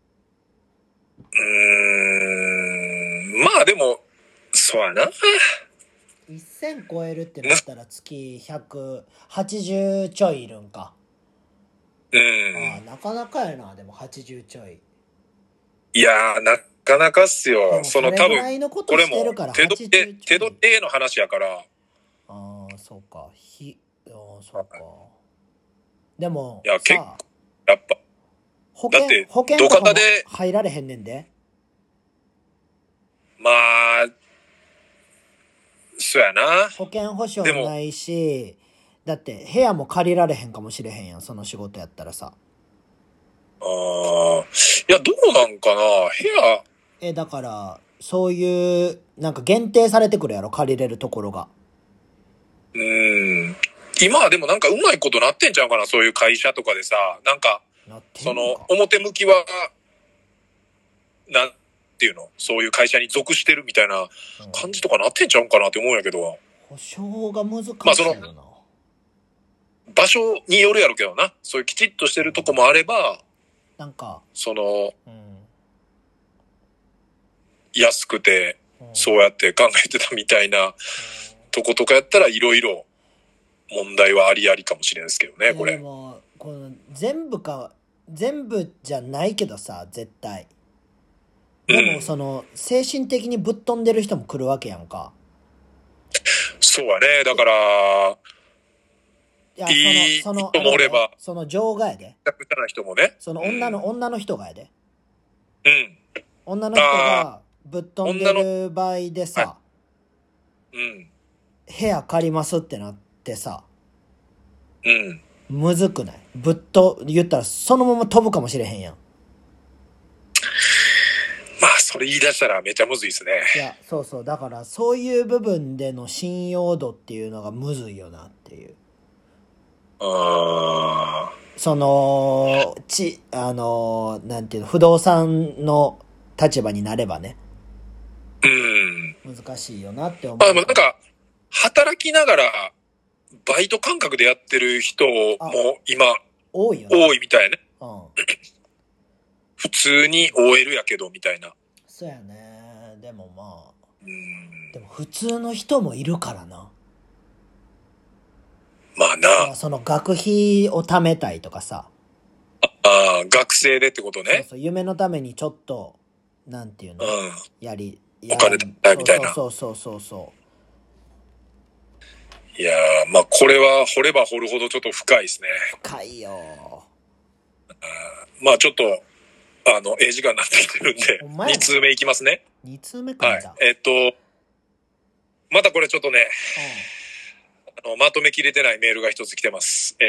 B: まあでもそうやな。
A: 1000超えるってなったら月180ちょいいるんか。ああ、なかなかやな。でも80ちょい。
B: いやー、なかなかっすよ。その多分これも手取りの話やから。あ
A: あ、そうか。そうか。でも
B: いや結構やっぱ
A: 保険とかも入られへんねんで。
B: まあそうやな。
A: 保険保証ないし、だって部屋も借りられへんかもしれへんやん、その仕事やったらさ。
B: いやどうなんかな、部屋。
A: だからそういうなんか限定されてくるやろ、借りれるところが。
B: 今はでもなんかうまいことなってんちゃうかな、そういう会社とかでさ、なんかその表向きはなんていうの、そういう会社に属してるみたいな感じとかなってんちゃうんかなって思うんやけど。
A: 保証が難しいよな。
B: まあその場所によるやろうけどな、そういうきちっとしてるとこもあれば、
A: なんか
B: その、安くてそうやって考えてたみたいなとことかやったらいろいろ問題はありかもしれないですけどね、これ。
A: でもこの全部じゃないけどさ、絶対。でもその精神的にぶっ飛んでる人も来るわけやんか。
B: そうやね。だからいい人もおれば、
A: その情がやで。
B: 人もね。
A: その女の人がやで。女の人がぶっ飛んでる場合でさ、部屋借りますってなってさ、むずくない？言ったらそのまま飛ぶかもしれへんやん。
B: まあそれ言い出したらめちゃむずいですね。
A: いや、そうだからそういう部分での信用度っていうのがむずいよなっていう。そのなんていうの、不動産の立場になればね。難しいよなって思う。
B: でもなんか働きながらバイト感覚でやってる人も今
A: 多い
B: みたいね。普通に OL やけどみたいな。
A: そうやね。でもまあ、でも普通の人もいるからな。
B: まあな。
A: その学費を貯めたいとかさ。
B: 学生でってことね。
A: そう夢のためにちょっとなんていうの、
B: お金だみたいな。
A: そう。
B: いやー、まあこれは掘れば掘るほどちょっと深いですね。
A: 深いよ。
B: まあちょっと、時間になってきてるんで、2通目いきますね。
A: 2通目かいだ。
B: はい。またこれちょっとね、まとめきれてないメールが一つ来てます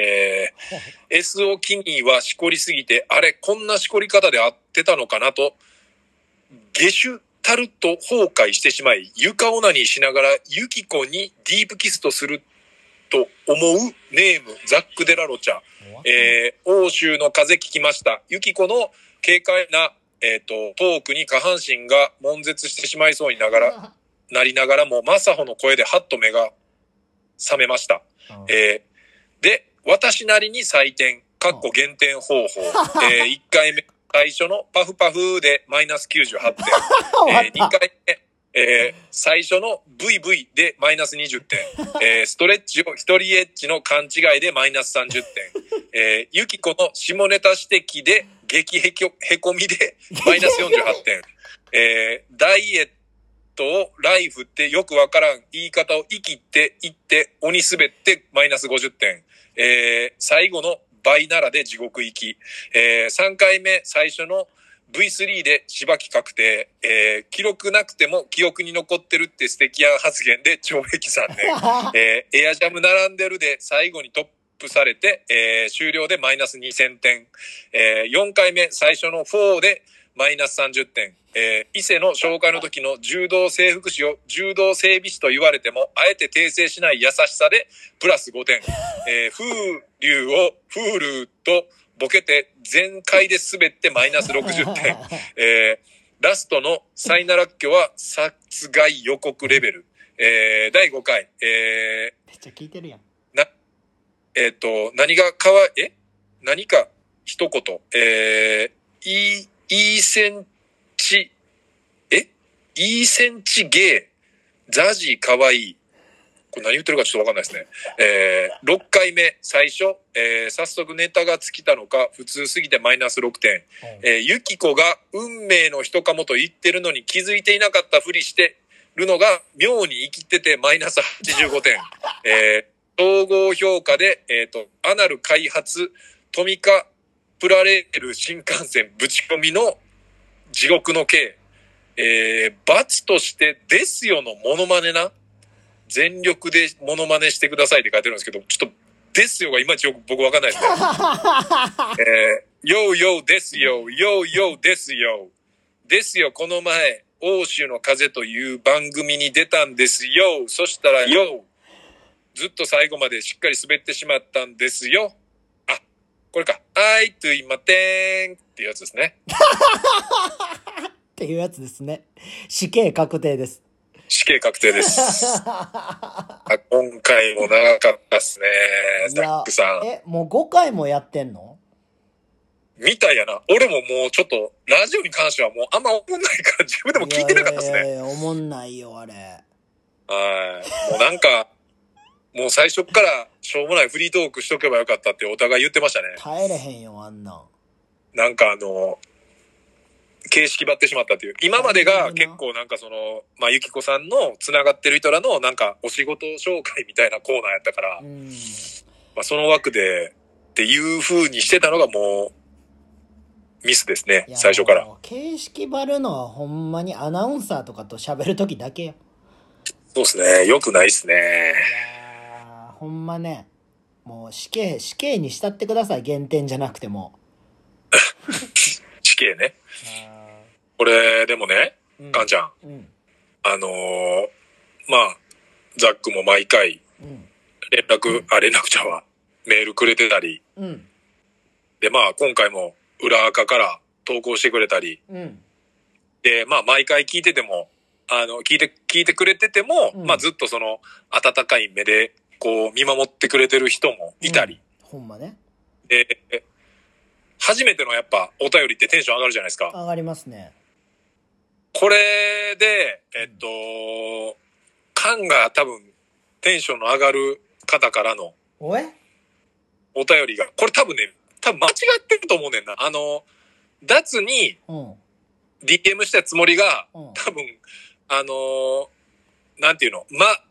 B: 。S をキニーはしこりすぎて、あれ、こんなしこり方で合ってたのかなと、ゲシュタルト崩壊してしまい、床オナニーしながらユキコにディープキスとすると思うネーム、ザック・デラロチャ。欧州の風聞きました。ユキコの軽快な、トークに下半身が悶絶してしまいそうになりながらも、マサホの声でハッと目が覚めました。で、私なりに採点、減点方法。1回目、最初のパフパフでマイナス98点。2回目、最初の VV でマイナス20点。ストレッチを一人エッチの勘違いでマイナス30点。ユキコの下ネタ指摘で激へこみでマイナス48点。ダイエットをライフってよくわからん言い方を生きって言って鬼滑ってマイナス50点。最後の倍ならで地獄行き。3回目最初の V3 でしばき確定。記録なくても記憶に残ってるって素敵や発言で懲役3年。エアジャム並んでるで最後にトップされて、終了でマイナス2000点。4回目最初の4でマイナス30点。伊勢の紹介の時の柔道整復師を柔道整備士と言われても、あえて訂正しない優しさでプラス5点。風流を風流とボケて全開で滑ってマイナス60点。ラストのサイナラッキョは殺害予告レベル。第5回。
A: めっちゃ聞いてるやん。
B: 何か一言。いいセンチゲー、ザジーかわいい。これ何言ってるかちょっとわかんないですね。6回目、最初、早速ネタが尽きたのか、普通すぎてマイナス6点。ユキコが運命の人かもと言ってるのに気づいていなかったふりしてるのが妙に生きててマイナス85点。総合評価で、アナル開発、トミカプラレール新幹線ぶち込みの地獄の刑。罰としてですよのモノマネな。全力でモノマネしてくださいって書いてるんですけど、ちょっとですよがいまいちよく僕わかんないですね。ヨーヨーですよ、ヨーヨーですよ。ですよ、この前、欧州の風という番組に出たんですよ。そしたらよ、ずっと最後までしっかり滑ってしまったんですよ。あ、これか。I do my thing っていうやつですね。
A: っていうやつですね。死刑確定です。
B: 死刑確定です。今回も長かったっすね、ザックさん。
A: もう5回もやってんの？
B: みたいやな。俺ももうちょっと、ラジオに関してはもうあんま思んないから自分でも聞いてなかったっすね。
A: 思んないよ、あれ。
B: はい。もうなんか、もう最初からしょうもないフリートークしとけばよかったってお互い言ってましたね。
A: 耐えれへんよ、あんなん。
B: なんか形式ばってしまったっていう。今までが結構なんかまあ、ゆきこさんの繋がってる人らのなんかお仕事紹介みたいなコーナーやったから、まあ、その枠でっていう風にしてたのがもうミスですね、最初から。
A: 形式ばるのはほんまにアナウンサーとかと喋るときだけよ。
B: そうですね、良くないっすね。い
A: やほんまね、もう死刑にしたってください、減点じゃなくても。
B: 死刑ね。これ、でもね、カンちゃん。まあ、ザックも毎回、連絡ちゃうわ。メールくれてたり。で、まあ、今回も裏垢から投稿してくれたり。で、まあ、毎回聞いてても、聞いてくれてても、まあ、ずっと温かい目で、こう、見守ってくれてる人もいたり。
A: ほんまね。
B: で、初めてのやっぱお便りってテンション上がるじゃないですか。
A: 上がりますね。
B: これで、カンが多分テンションの上がる方からのお便りが、これ多分間違ってると思うねんな。ダツに DM したつもりが、多分、なんていうの、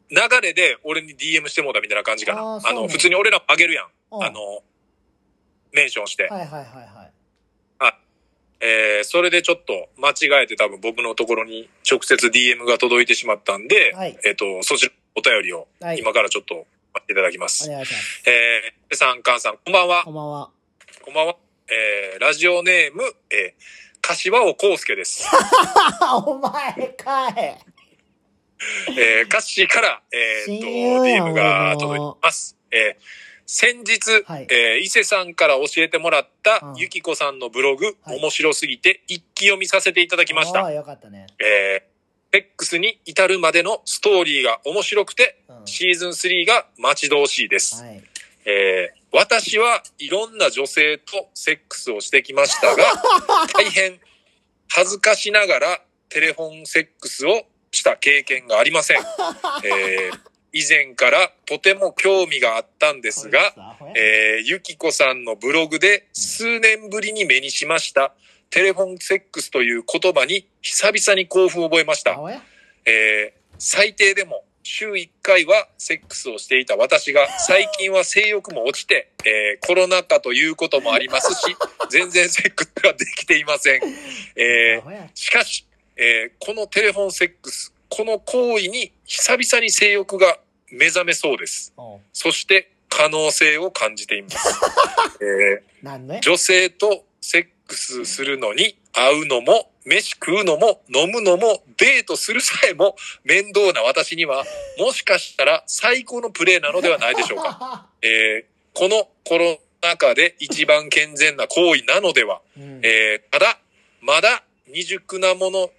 B: 流れで俺に DM してもうたみたいな感じかな。普通に俺らもあげるやん。メンションして。
A: はいはいはいはい。
B: それでちょっと間違えて多分僕のところに直接 DM が届いてしまったんで、
A: はい、
B: そちらお便りを今からちょっと待っていただきます。
A: お願いします。
B: さん、かんさん、こんばんは。
A: こんばんは。
B: こんばんは。ラジオネーム、柏尾康介です。
A: お前かい。
B: カッシーから、DM が届いてます。先日、はい、伊勢さんから教えてもらったゆきこさんのブログ、面白すぎて一気読みさせていただきました。
A: あ、よかったね。
B: X に至るまでのストーリーが面白くて、シーズン3が待ち遠しいです。はい、私はいろんな女性とセックスをしてきましたが、大変恥ずかしながらテレフォンセックスをした経験がありません。以前からとても興味があったんですが、ゆきこさんのブログで数年ぶりに目にしましたテレフォンセックスという言葉に久々に興奮を覚えました。最低でも週1回はセックスをしていた私が最近は性欲も落ちて、コロナ禍ということもありますし、全然セックスができていません。しかし、このテレフォンセックス、この行為に久々に性欲が目覚めそうです。そして可能性を感じています。女性とセックスするのに会うのも飯食うのも飲むのもデートするさえも面倒な私にはもしかしたら最高のプレイなのではないでしょうか。このコロナ禍で一番健全な行為なのでは。ただまだ未熟な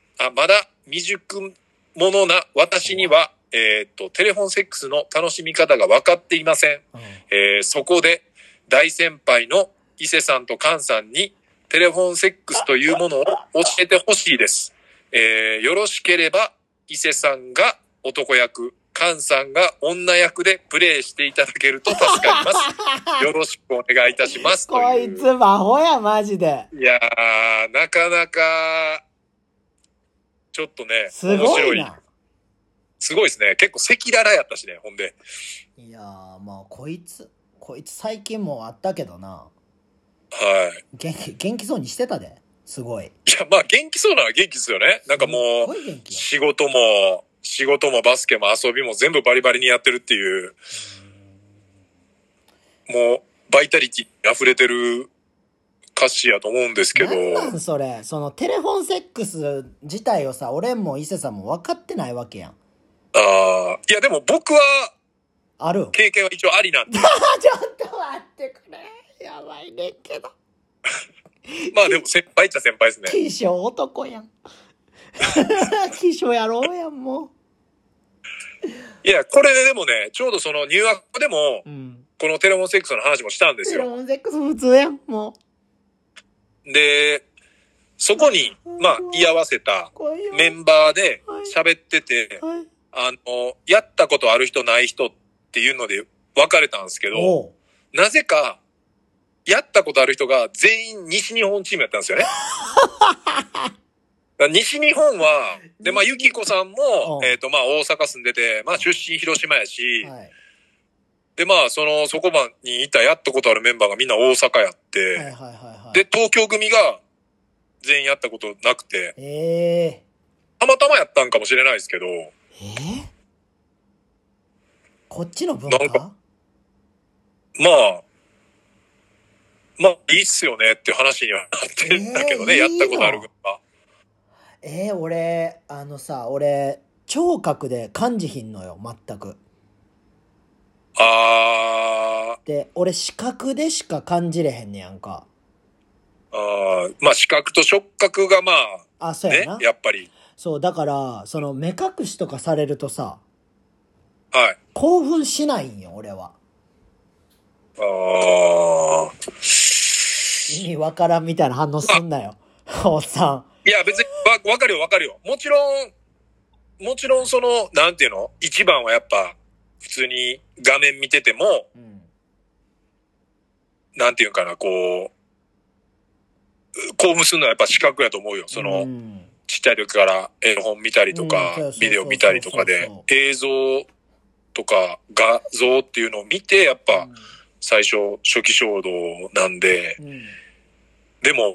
B: 私には、テレフォンセックスの楽しみ方が分かっていません。そこで、大先輩の伊勢さんと菅さんに、テレフォンセックスというものを教えてほしいです。よろしければ、伊勢さんが男役、菅さんが女役でプレイしていただけると助かります。よろしくお願いいたします。
A: こいつ魔法や、マジで。
B: いやー、なかなか、ちょっとね、
A: すごいな。
B: すごいですね。結構赤裸々やったしね、ほんで。
A: いやー、まあ、こいつ最近もあったけどな。
B: はい。
A: 元気そうにしてたで。すごい。
B: いや、まあ、元気そうなのは元気ですよね。なんかもう、仕事もバスケも遊びも全部バリバリにやってるっていう、もう、バイタリティに溢れてる歌詞やと思うんですけど。
A: なんそれ。そのテレフォンセックス自体をさ、俺も伊勢さんも分かってないわけやん。
B: いやでも僕は、
A: ある
B: 経験は一応ありなんで。
A: ちょっと待ってくれ。やばいねんけど。
B: まあでも先輩っちゃ先輩ですね。
A: 気性男やん。気性やろうやん、もう。
B: いや、これでもね、ちょうどその入学でも、このテレフォンセックスの話もしたんですよ。
A: テレフォンセックス普通やん、も
B: う。で、そこに、まあ、居合わせたメンバーで喋ってて、やったことある人ない人っていうので分かれたんですけど、なぜか、やったことある人が全員西日本チームやったんですよね。西日本は、で、まあ、ゆきこさんも、まあ、大阪住んでて、まあ、出身広島やし、で、まあ、そこまにいたやったことあるメンバーがみんな大阪やって、で、東京組が全員やったことなくて、たまたまやったんかもしれないですけど、
A: こっちの文化？なんか、
B: まあ、いいっすよねっていう話にはなってんだけどね、やったことある分は。
A: 俺、聴覚で感じひんのよ、全く。で、俺視覚でしか感じれへんねやんか。
B: まあ視覚と触覚がまあ、
A: そうやな。
B: ね、やっぱり。
A: そう、だから、その目隠しとかされるとさ、
B: はい。
A: 興奮しないんよ、俺は。意味わからんみたいな反応すんなよ、おっさ
B: ん。いや、別に、わかるよ。もちろんその、なんていうの？一番はやっぱ、普通に画面見てても、なんていうかな、こう、興奮するのはやっぱ視覚やと思うよ。その、ちっちゃい時から絵本見たりとか、ビデオ見たりとかで、映像とか画像っていうのを見て、やっぱ最初初期衝動なんで、でも、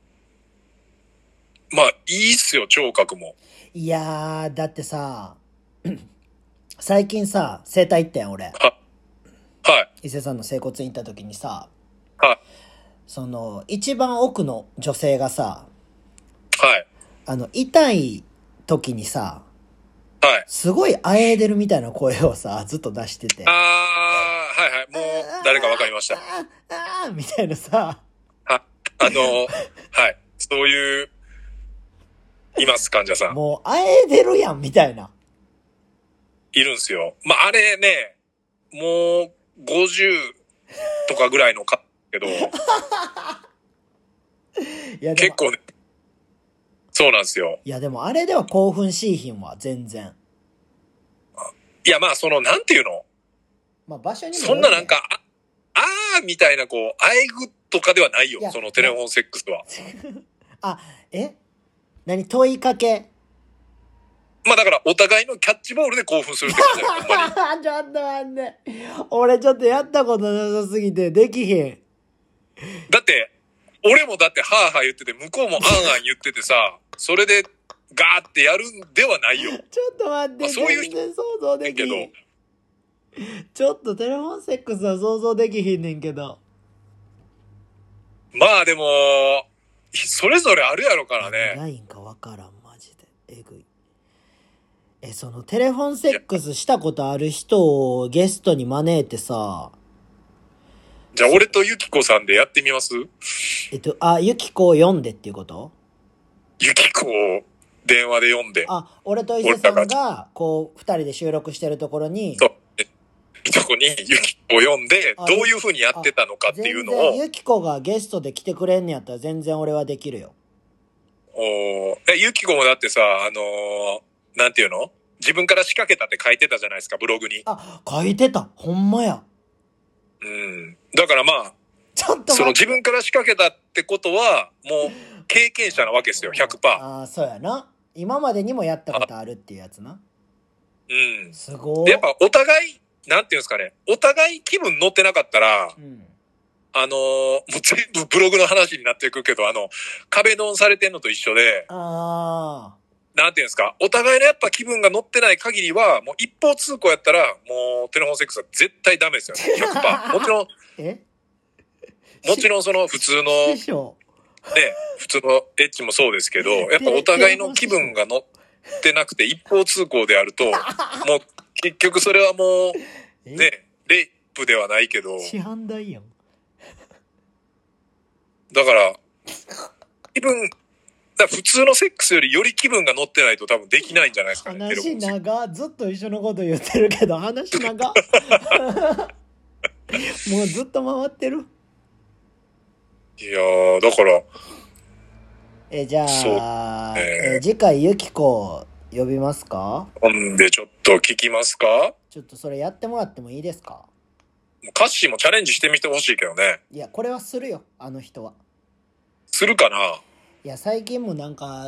B: まあいいっすよ、聴覚も。
A: いやー、だってさ、最近さ、整体行ったやん、俺。
B: はい。
A: 伊勢さんの整骨院行った時にさ、
B: はい。
A: その、一番奥の女性がさ、
B: はい。
A: 痛い時にさ、
B: はい。
A: すごいあえいでるみたいな声をさ、ずっと出してて。
B: はいはい。もう、誰かわかりました。
A: みたいなさ。
B: はい。そういう、います、患者さん。
A: もう、あえいでるやん、みたいな。
B: いるんすよ。まあ、あれね、もう、50とかぐらいのけど、
A: いや
B: 結構ね、そうなんですよ。
A: いやでもあれでは興奮しいひんわ、全然。
B: いやまあなんていうの、
A: まあ場所にも、
B: そんななんか、みたいなあえぐとかではないよ、そのテレフォンセックスは。
A: 何問いかけ？
B: まあだからお互いのキャッチボールで興奮するって感じだよ、ほんまに。
A: ちょっと待って。俺ちょっとやったことなさすぎてできひん。
B: だって、俺もだってはぁはぁ言ってて、向こうもあんあん言っててさ、それでガーってやるんではないよ。
A: ちょっと待って、まあ、
B: そういう
A: 全然想像できひん。ちょっとテレフォンセックスは想像できひんねんけど。
B: まあでも、それぞれあるやろからね。
A: ないんかわからん、マジで。えぐい。そのテレフォンセックスしたことある人をゲストに招いてさ。
B: じゃあ俺とゆきこさんでやってみます？
A: ゆきこを読んでっていうこと？
B: ゆきこを電話で読んで。
A: 俺と伊勢さんが、こう、二人で収録してるところに。
B: そう。とこにゆきこを読んで、どういう風にやってたのかっていうのを。
A: 全然ゆきこがゲストで来てくれんねやったら全然俺はできるよ。
B: ゆきこもだってさ、なんていうの？自分から仕掛けたって書いてたじゃないですか、ブログに。
A: 書いてた。ほんまや。
B: だからまあ、
A: ちょっと
B: その自分から仕掛けたってことは、もう経験者なわけですよ、100%。
A: そうやな。今までにもやったことあるっていうやつな。すご
B: い。やっぱお互い、なんていうんですかね、お互い気分乗ってなかったら、もう全部ブログの話になっていくけど、壁ドンされてんのと一緒で、なんていうんですか、お互いのやっぱ気分が乗ってない限りは、もう一方通行やったら、もうテレフォンセックスは絶対ダメですよね。100%。もちろんその普通の、普通のエッチもそうですけど、やっぱお互いの気分が乗ってなくて一方通行であると、もう結局それはもう、ね、レイプではないけど。
A: 市販代やん。
B: だから、普通のセックスよりより気分が乗ってないと多分できないんじゃないですかね。
A: 話長。ずっと一緒のこと言ってるけど、話長。もうずっと回ってる。
B: いやー、だから。
A: じゃあ、次回ゆきこ呼びますか？
B: ほんでちょっと聞きますか？
A: ちょっとそれやってもらってもいいですか？
B: カッシーもチャレンジしてみてほしいけどね。
A: いや、これはするよ、あの人は。
B: するかな？
A: いや、最近もなんか、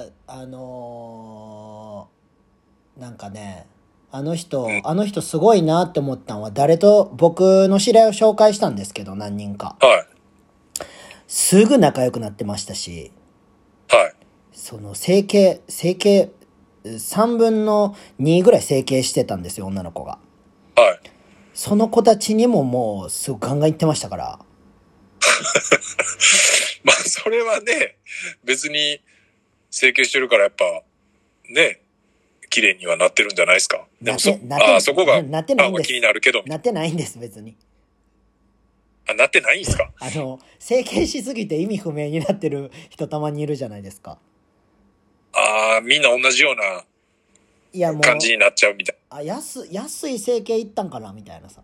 A: なんかね、あの人すごいなって思ったのは、僕の知り合いを紹介したんですけど、何人か。すぐ仲良くなってましたし、その整形、3分の2ぐらい整形してたんですよ、女の子が。その子たちにももう、すごいガンガン言ってましたから。
B: まあ、それはね、別に整形してるからやっぱ、ね、綺麗にはなってるんじゃないですか。でもそこが、
A: なってないんです。
B: 気になるけど。
A: なってないんです、別に。
B: なってないんですか？
A: 整形しすぎて意味不明になってる人たまにいるじゃないですか。
B: みんな同じような感じになっちゃうみたい。
A: 安い整形行ったんかなみたいなさ。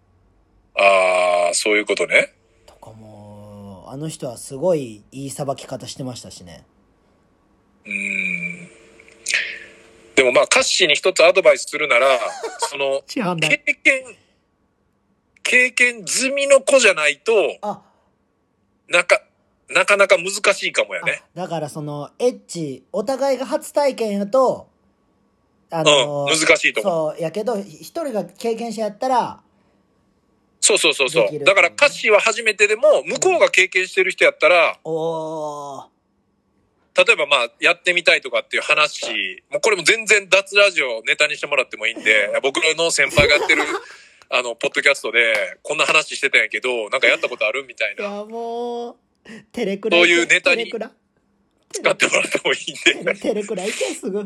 B: そういうことね。
A: とかも、あの人はすごいいいさばき方してましたしね。
B: でもまあ、カッシーに一つアドバイスするなら、その、経験済みの子じゃないと、なかなか難しいかもやね。
A: だからその、エッチ、お互いが初体験やと、
B: 難しいと思
A: う。そう、やけど、一人が経験者やったら、
B: そう。だから歌詞は初めてでも、向こうが経験してる人やったら、例えばやってみたいとかっていう話、もうこれも全然脱ラジオネタにしてもらってもいいんで、僕の先輩がやってる、ポッドキャストで、こんな話してたんやけど、なんかやったことあるみたいな。
A: いや、もう、テレクラ。
B: そういうネタに使ってもらってもいいんで。
A: テレクラいけすぐ。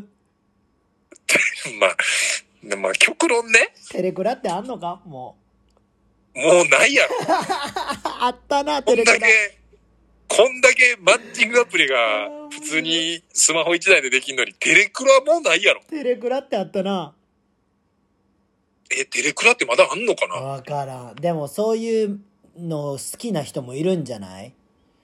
B: 極論ね。
A: テレクラってあんのかも
B: うないやろ。
A: あったな、テレクラ。
B: こんだけマッチングアプリが普通にスマホ1台でできんのに、テレクラもうないやろ。
A: テレクラってあったな。
B: テレクラってまだあんのかな？
A: わからん。でもそういうの好きな人もいるんじゃない？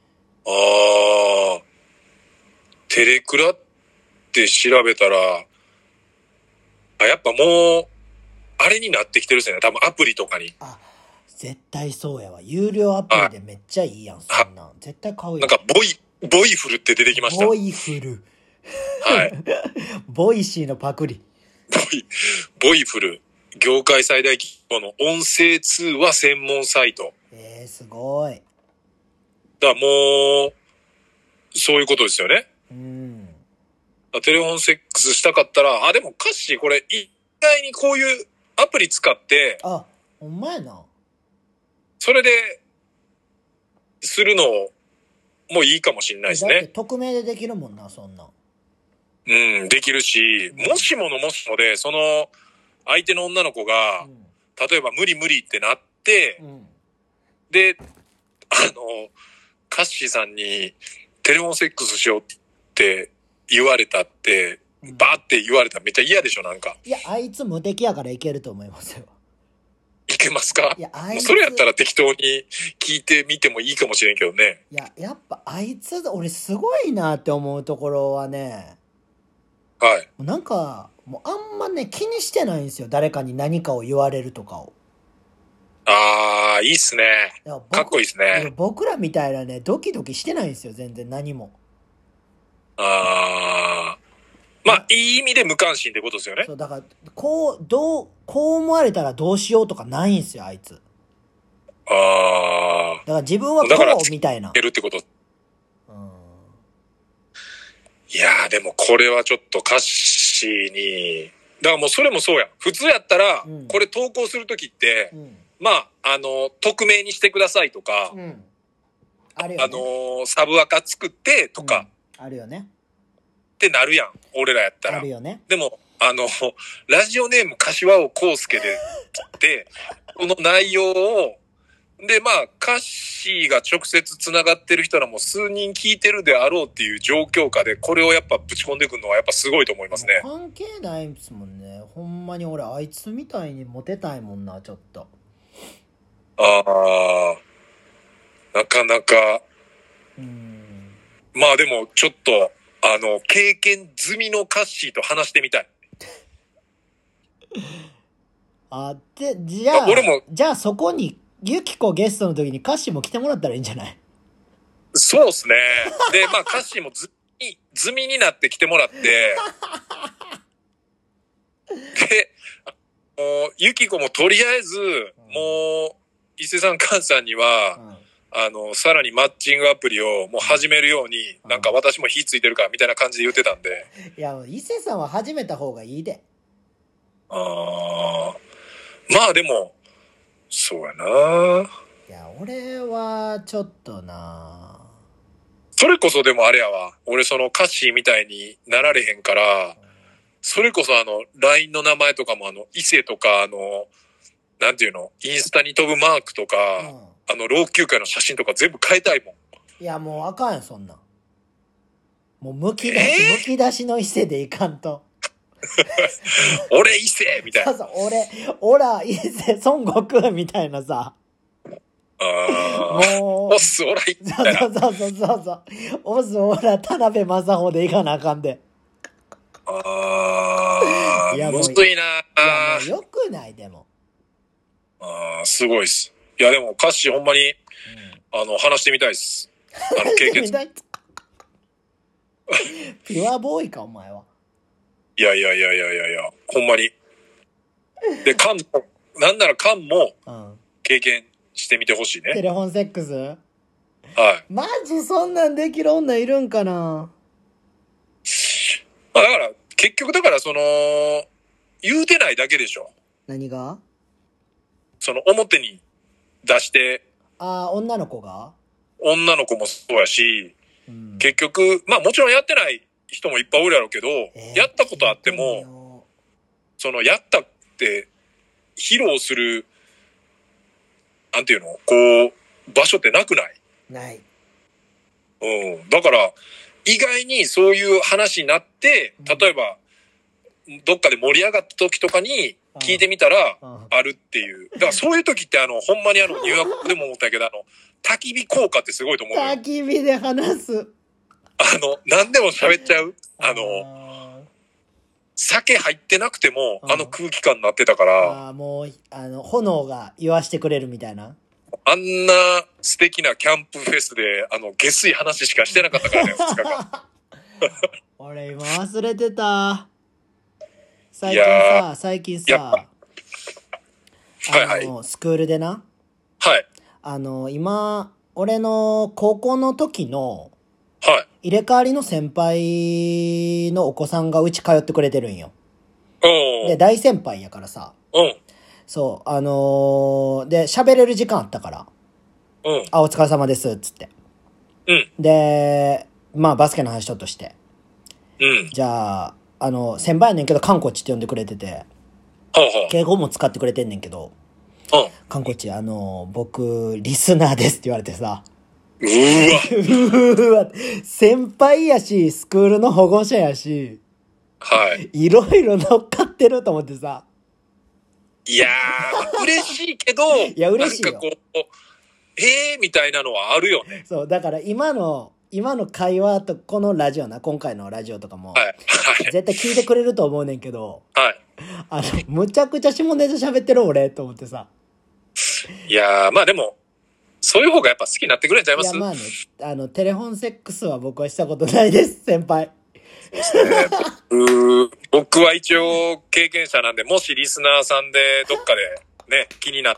B: テレクラって調べたら、やっぱもう、あれになってきてるっすね。多分アプリとかに。
A: 絶対そうやわ。有料アプリでめっちゃいいやん、そんなん。絶対買うよ。
B: なんかボイフルって出てきました。
A: ボイフル。
B: はい。
A: ボイシーのパクリ。
B: ボイフル。業界最大規模の音声通話専門サイト。
A: すごい。
B: だからもう、そういうことですよね。テレフォンセックスしたかったら、でも歌詞これ、意外にこういうアプリ使って、
A: ほんまやな。
B: それで、するのもいいかもしれないですね。
A: だって匿名でできるもんな、そんな。
B: できるし、もしものもしもで、その、相手の女の子が、例えば無理ってなって、で、カッシーさんにテレフォンセックスしようって言われたって、バーって言われたらめっちゃ嫌でしょ、なんか。
A: いや、あいつ無敵やからいけると思いますよ。
B: いけますか？
A: いや、
B: それやったら適当に聞いてみてもいいかもしれんけどね。
A: いや、やっぱあいつ、俺すごいなって思うところはね、
B: はい。
A: なんか、もうあんまね、気にしてないんですよ。誰かに何かを言われるとかを。
B: いいっすね。かっこいいっすね。
A: 僕らみたいなね、ドキドキしてないんですよ、全然何も。
B: いい意味で無関心ってことですよね。
A: そう、だから、こう思われたらどうしようとかないんですよ、あいつ。だから自分はこうみたいな。
B: いるってこと。いやでもこれはちょっと歌詞に、だからもうそれもそうやん。普通やったら、これ投稿するときって、匿名にしてくださいとか、
A: あるよね。
B: サブアカ作ってとか、
A: あるよね。
B: ってなるやん。俺らやったら。
A: あるよね。
B: でも、ラジオネーム柏尾康介で、この内容を、で、カッシーが直接繋がってる人らも数人聞いてるであろうっていう状況下で、これをやっぱぶち込んでくるのはやっぱすごいと思いますね。
A: 関係ないんですもんね。ほんまに俺、あいつみたいにモテたいもんな、ちょっと。
B: なかなか。でも、ちょっと、経験済みのカッシーと話してみたい。
A: じゃあそこに、ユキコゲストの時にカッシーも来てもらったらいいんじゃない？
B: そうっすね。で、カッシーも済みになって来てもらって、で、ユキコもとりあえず、もう、伊勢さん、カンさんには、さらにマッチングアプリをもう始めるように、なんか私も火ついてるからみたいな感じで言ってたんで。
A: いや、伊勢さんは始めた方がいいで。
B: でも、そうやな。
A: いや、俺はちょっとな。
B: それこそでもあれやわ。俺そのカッシーみたいになられへんから、それこそLINE の名前とかも伊勢とかなんていうの、インスタに飛ぶマークとか、老朽化の写真とか全部変えたいもん。
A: いや、もうあかんやん、そんなん。もうむき出しの伊勢でいかんと。
B: 俺伊勢みたいな。
A: そうそう、オラ伊勢孫悟空みたいなさ。もう。
B: オスオラみたいな。
A: そう。オスオラ田辺正穂でいかなあかんで。
B: いや、むずいな。
A: いや、もうよくない、でも。
B: すごいっす。いや、でも、カッシーほんまに、話してみたいっす。経験。
A: ピュアボーイか、お前は。
B: いいや、ほんまに。で、なんなら缶も経験してみてほしいね。
A: テレフォンセックス？はい。
B: マ
A: ジそんなんできる女いるんかな。
B: だから、結局だから言うてないだけでしょ。
A: 何が？
B: 表に出して。
A: 女の子が？
B: 女の子もそうやし、結局、まあもちろんやってない人もいっぱいおるやろうけど、やったことあっても、やったって披露する、なんていうの、場所ってなくない？
A: ない。
B: だから、意外にそういう話になって、例えば、どっかで盛り上がった時とかに聞いてみたら、あるっていう。だからそういう時ってほんまに入学でも思ったけど、焚き火効果ってすごいと思う。
A: 焚き火で話す。
B: 何でも喋っちゃう。酒入ってなくても、空気感になってたから。
A: もう、炎が言わしてくれるみたいな。
B: あんな素敵なキャンプフェスで、下水話しかしてなかったからね、2日間。
A: 俺今忘れてた。最近さ、スクールでな。
B: はい。
A: 今、俺の高校の時の、
B: はい。
A: 入れ替わりの先輩のお子さんがうち通ってくれてるんよ。で、大先輩やからさ。そう、で、喋れる時間あったから。お疲れ様です、つって。で、まあ、バスケの話ちょっとして。じゃあ、先輩やねんけど、カンコチって呼んでくれてて。敬語も使ってくれてんねんけど。カンコチ、僕、リスナーですって言われてさ。うわ先輩やし、スクールの保護者やし、
B: はい。
A: いろいろ乗っかってると思ってさ。
B: いやー、嬉しいけど、
A: いや、嬉しいよ。
B: なんかみたいなのはあるよね。
A: そう、だから今の会話とこのラジオな、今回のラジオとかも、絶対聞いてくれると思うねんけど、むちゃくちゃ下ネタ喋ってる俺と思ってさ。
B: いやー、まあでも、そういう方がやっぱ好きになってくれんちゃいます？
A: いや、まあね、テレフォンセックスは僕はしたことないです、先輩。
B: そうですね。僕は一応経験者なんで、もしリスナーさんでどっかでね、気になって、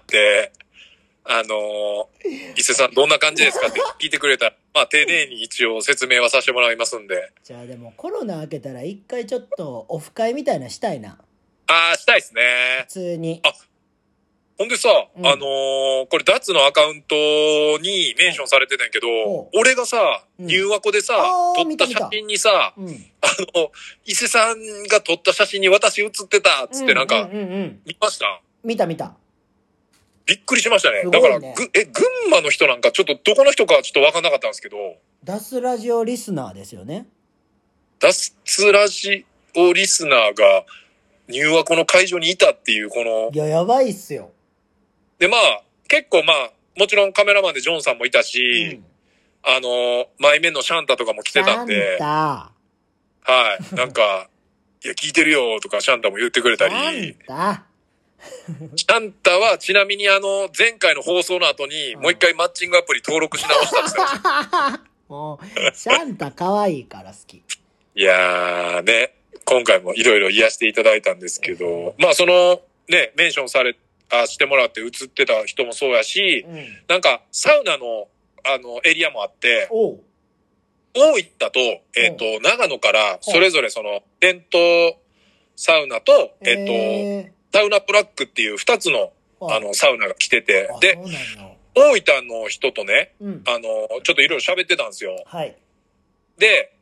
B: 伊勢さんどんな感じですかって聞いてくれたら、まあ丁寧に一応説明はさせてもらいますんで。
A: じゃあでもコロナ明けたら一回ちょっとオフ会みたいなしたいな。
B: したいですね。
A: 普通に。
B: ほんでさ、これダッツのアカウントにメンションされてたんやけど、俺がさ、入学でさ、撮った写真にさ、伊勢さんが撮った写真に私写ってたっつってなんか、見ました？
A: 見た。
B: びっくりしましたね。だから、群馬の人なんかちょっとどこの人かちょっとわかんなかったんですけど。
A: ダスラジオリスナーですよね。
B: ダスラジオリスナーが入学の会場にいたっていうこの。
A: いや、やばいっすよ。
B: で、まあ、結構まあ、もちろんカメラマンでジョンさんもいたし、前面のシャンタとかも来てたんで。
A: シャンタ。
B: はい。なんか、いや、聞いてるよとかシャンタも言ってくれたり。シャンタはちなみに前回の放送の後にもう一回マッチングアプリ登録し直したんですよ。
A: もう、シャンタ可愛いから好き。
B: いやーね、今回もいろいろ癒していただいたんですけど、まあね、メンションしてもらって映ってた人もそうやし、なんかサウナのエリアもあって、大分と、長野からそれぞれ伝統サウナと、サウナブラックっていう2つのサウナが来てて、で、大分の人とね、ちょっといろいろ喋ってたんですよ。で、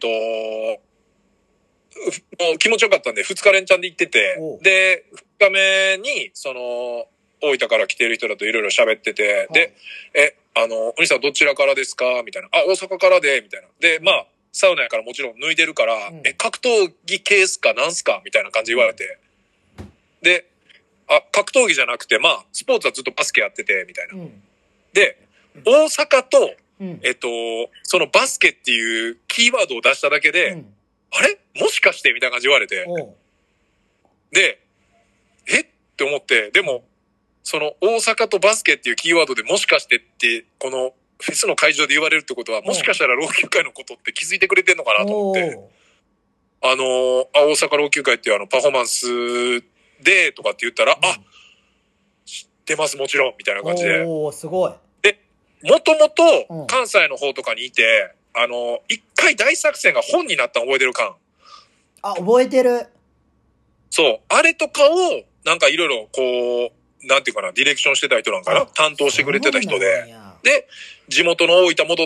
B: もう気持ちよかったんで2日連チャンで行ってて、で、2日目に、大分から来てる人だといろいろ喋ってて、で、お兄さんどちらからですかみたいな。大阪からで、みたいな。で、まあ、サウナやからもちろん脱いでるから、格闘技系っすかなんすかみたいな感じ言われて。で、格闘技じゃなくて、まあ、スポーツはずっとバスケやってて、みたいな。で、大阪と、そのバスケっていうキーワードを出しただけで、あれもしかしてみたいな感じ言われて。で、って思って、でも、その大阪とバスケっていうキーワードでもしかしてって、このフェスの会場で言われるってことは、もしかしたら老朽化のことって気づいてくれてんのかなと思って。 大阪老朽会っていうパフォーマンスで、とかって言ったら、知ってます、もちろん、みたいな感じで。
A: おー、すごい。
B: で、もともと、関西の方とかにいて、一回大作戦が本になったの覚えてるかん。
A: あ、覚えてる。
B: そう。あれとかを、なんかいろいろこう、なんていうかな、ディレクションしてた人なんかな、担当してくれてた人で。で、地元の大分戻って、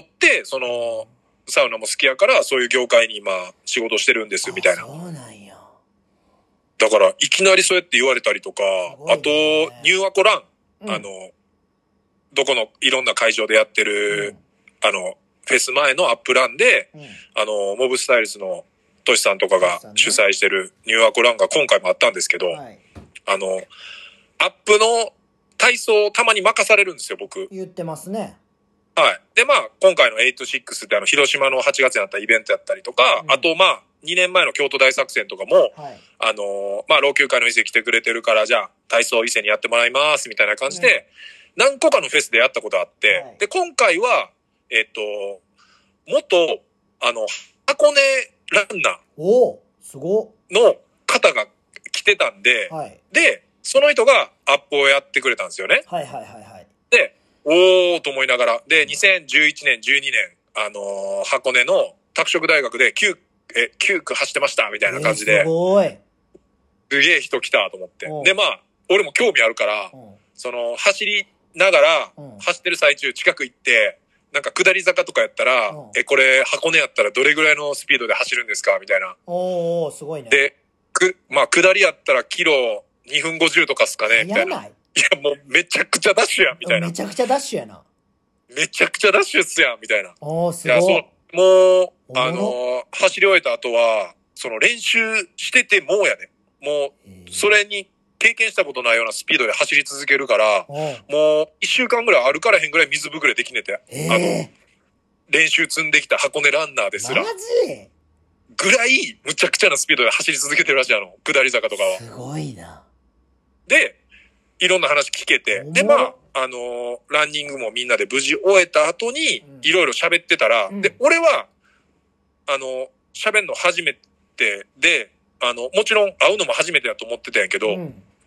B: サウナも好きやから、そういう業界に今、仕事してるんです、みたいな。
A: そうなんや。
B: だから、いきなりそうやって言われたりとか、あと、ニューアコラン、どこのいろんな会場でやってる、フェス前のアップランで、モブスタイルズのトシさんとかが主催してるニューアコランが今回もあったんですけど、アップの体操をたまに任されるんですよ、僕。
A: 言ってますね。
B: はい。で、まあ、今回の86って広島の8月にあったイベントやったりとか、あと、まあ、2年前の京都大作戦とかも、まあ、老朽会の伊勢来てくれてるから、じゃあ、体操伊勢にやってもらいます、みたいな感じで、何個かのフェスでやったことあって、で、今回は、元、箱根ランナー
A: すご
B: の方が来てたんで、で、その人がアップをやってくれたんですよね。で、おーと思いながら、で、2011年、12年、箱根の拓殖大学で9区走ってました、みたいな感じで、
A: すごい。
B: すげえ人来たと思って。で、まあ、俺も興味あるから、走りながら、走ってる最中近く行って、なんか下り坂とかやったら、これ箱根やったらどれぐらいのスピードで走るんですかみたいな。
A: すごいね。
B: で、まあ下りやったらキロ2分50とかっすかねみたいな。いやもうめちゃくちゃダッシュやんみたいな。
A: めちゃくちゃダッシュやな。
B: めちゃくちゃダッシュっすやんみたいな。
A: すごい。
B: いや、もう、走り終えた後は、練習しててもうやね。もう、それに経験したことないようなスピードで走り続けるから、もう1週間ぐらい歩からへんぐらい水ぶくれできねて。練習積んできた箱根ランナーですら。
A: マジ
B: ぐらい、むちゃくちゃなスピードで走り続けてるらしい下り坂とかは。
A: すごいな。
B: で、いろんな話聞けて、で、まあ、ランニングもみんなで無事終えた後に、いろいろ喋ってたら、で、俺は、喋るの初めてで、もちろん会うのも初めてだと思ってたんやけど、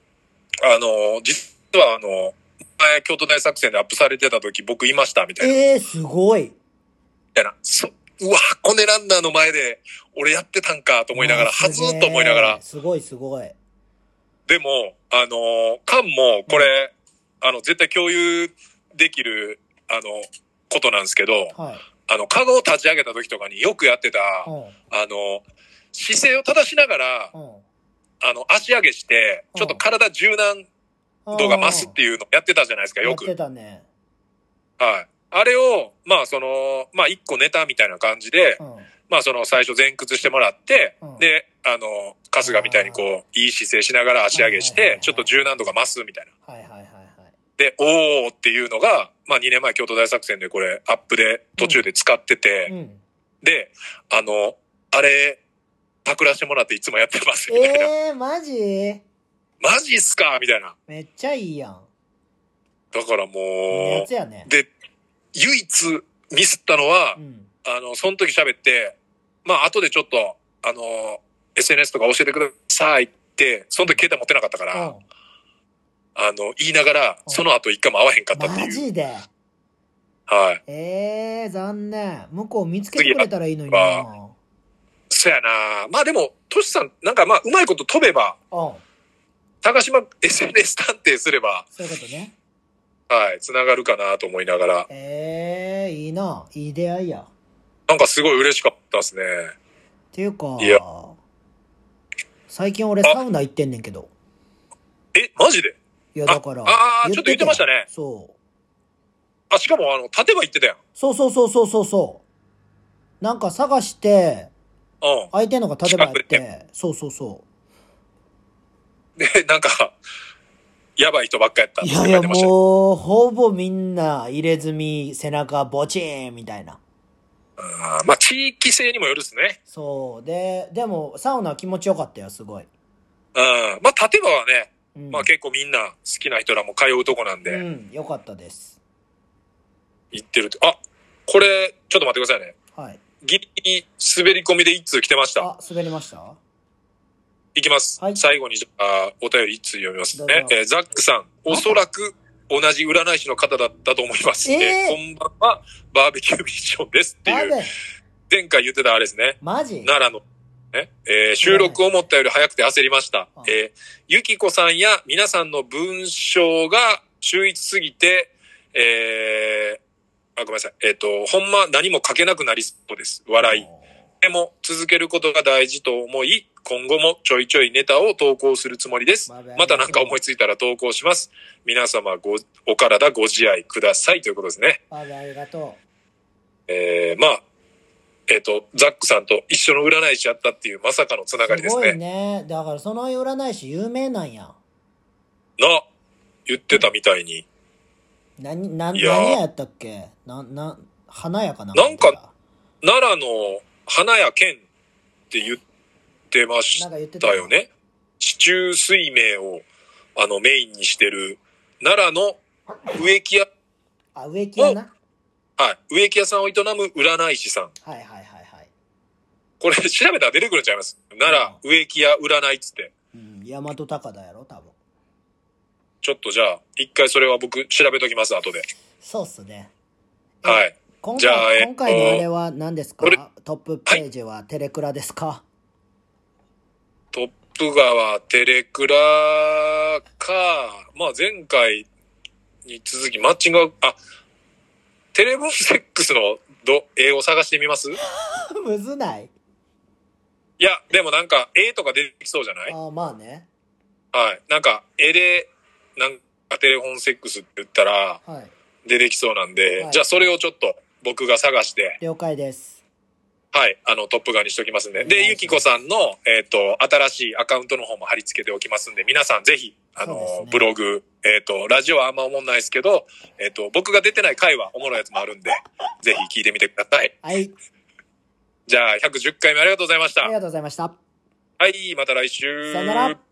B: 実は前、京都大作戦でアップされてた時僕いました、みたいな。
A: すごい。み
B: たいな。うわ、箱根ランナーの前で、俺やってたんかと思いながら、はずーっと思いながら。
A: すごいすごい。
B: でも、カンも、これ、絶対共有できる、ことなんですけど、カゴを立ち上げた時とかによくやってた、姿勢を正しながら、足上げして、ちょっと体柔軟度が増すっていうのやってたじゃないですか、よく。
A: やってたね。
B: はい。あれを、まあまあ一個ネタみたいな感じで、まあ最初前屈してもらって、で、春日みたいにこう、いい姿勢しながら足上げして、ちょっと柔軟度が増すみたいな。で、おーっていうのが、まあ2年前京都大作戦でこれアップで途中で使ってて、で、あれ、パクらしてもらっていつもやってますみたいな。
A: マジ
B: っすかみたいな。
A: めっちゃいいやん。
B: だからもう、
A: やつやね。
B: で、唯一ミスったのは、その時喋って、まあ後でちょっと、SNS とか教えてくださいって、その時携帯持ってなかったから、言いながら、その後一回も会わへんかったっていう。
A: マジで
B: はい。
A: 残念。向こう見つけてくれたらいいのにな。
B: そやな。まあでも、トシさん、なんかまあ、うまいこと飛べば、高島 SNS 探偵すれば、
A: そういうことね。
B: はい、繋がるかなと思いながら。
A: いいな。いい出会いや。
B: なんかすごい嬉しかったですね。
A: っていうか、
B: いや、
A: 最近俺サウナ行ってんねんけど。
B: マジで？
A: いや、だから。
B: ちょっと言ってましたね。
A: そう。
B: しかも立てば言ってたやん。
A: そう。なんか探して、相手のが立てばやって、
B: で、なんか、やばい人ばっかやったって
A: 書いてました。いやもう、ほぼみんな入れ墨、背中ボチーンみたいな。
B: まあ、地域性にもよるっすね。
A: そう。でも、サウナ気持ちよかったよ、すごい。
B: まあ、立場はね、まあ結構みんな好きな人らも通うとこなんで。
A: よかったです。
B: 行ってると。これ、ちょっと待ってくださいね。
A: はい。
B: ギリギリ滑り込みで1通来てました。
A: あ、滑りました？
B: いきます。はい、最後にお便り1通読みますね。ザックさん、おそらく同じ占い師の方だったと思います。こんばんは、バーベキューミッションですっていう、前回言ってたあれですね。
A: マジ？
B: 奈良の、ね収録を思ったより早くて焦りました。ゆきこさんや皆さんの文章が秀逸すぎて、ごめんなさい。ほんま何も書けなくなりそうです。笑い。でも続けることが大事と思い、今後もちょいちょいネタを投稿するつもりです。また何か思いついたら投稿します。皆様お体ご自愛くださいということですね。
A: ありがと
B: う。まあ、ザックさんと一緒の占い師やったっていうまさかのつながりですね。
A: すごいね。だからその占い師有名なんや。
B: 言ってたみたいに。
A: 何やったっけ？花屋かな？
B: なんか、奈良の花屋県って言ってましたよね。地中水明をメインにしてる奈良の植木屋。
A: 植木屋な。
B: はい。植木屋さんを営む占い師さん。
A: はい。
B: これ調べたら出てくるんちゃいます？奈良植木屋占いっつって。
A: 大和高田やろ多分。
B: ちょっとじゃあ一回それは僕調べときます後で。
A: そうっすね。
B: はい。
A: 今回のあれは何ですか？トップページはテレクラですか？
B: トップ画はテレクラか、まあ前回に続きマッチングテレボンセックスの絵を探してみます？
A: むずない？
B: いや、でもなんか絵とか出てきそうじゃない？
A: まあね。
B: はい。なんか絵で、なんかテレフォンセックスって言ったら、出てきそうなんで、はい、じゃあそれをちょっと僕が探して。
A: 了解です。
B: はい。トップガンにしておきますんで。で、ゆきこさんの、新しいアカウントの方も貼り付けておきますんで、皆さんぜひ、ブログ、ラジオはあんま思んないですけど、僕が出てない回はおもろいやつもあるんで、ぜひ聞いてみてください。
A: はい。
B: じゃあ、110回目ありがとうございました。
A: ありがとうございました。
B: はい、また来週。
A: さよなら。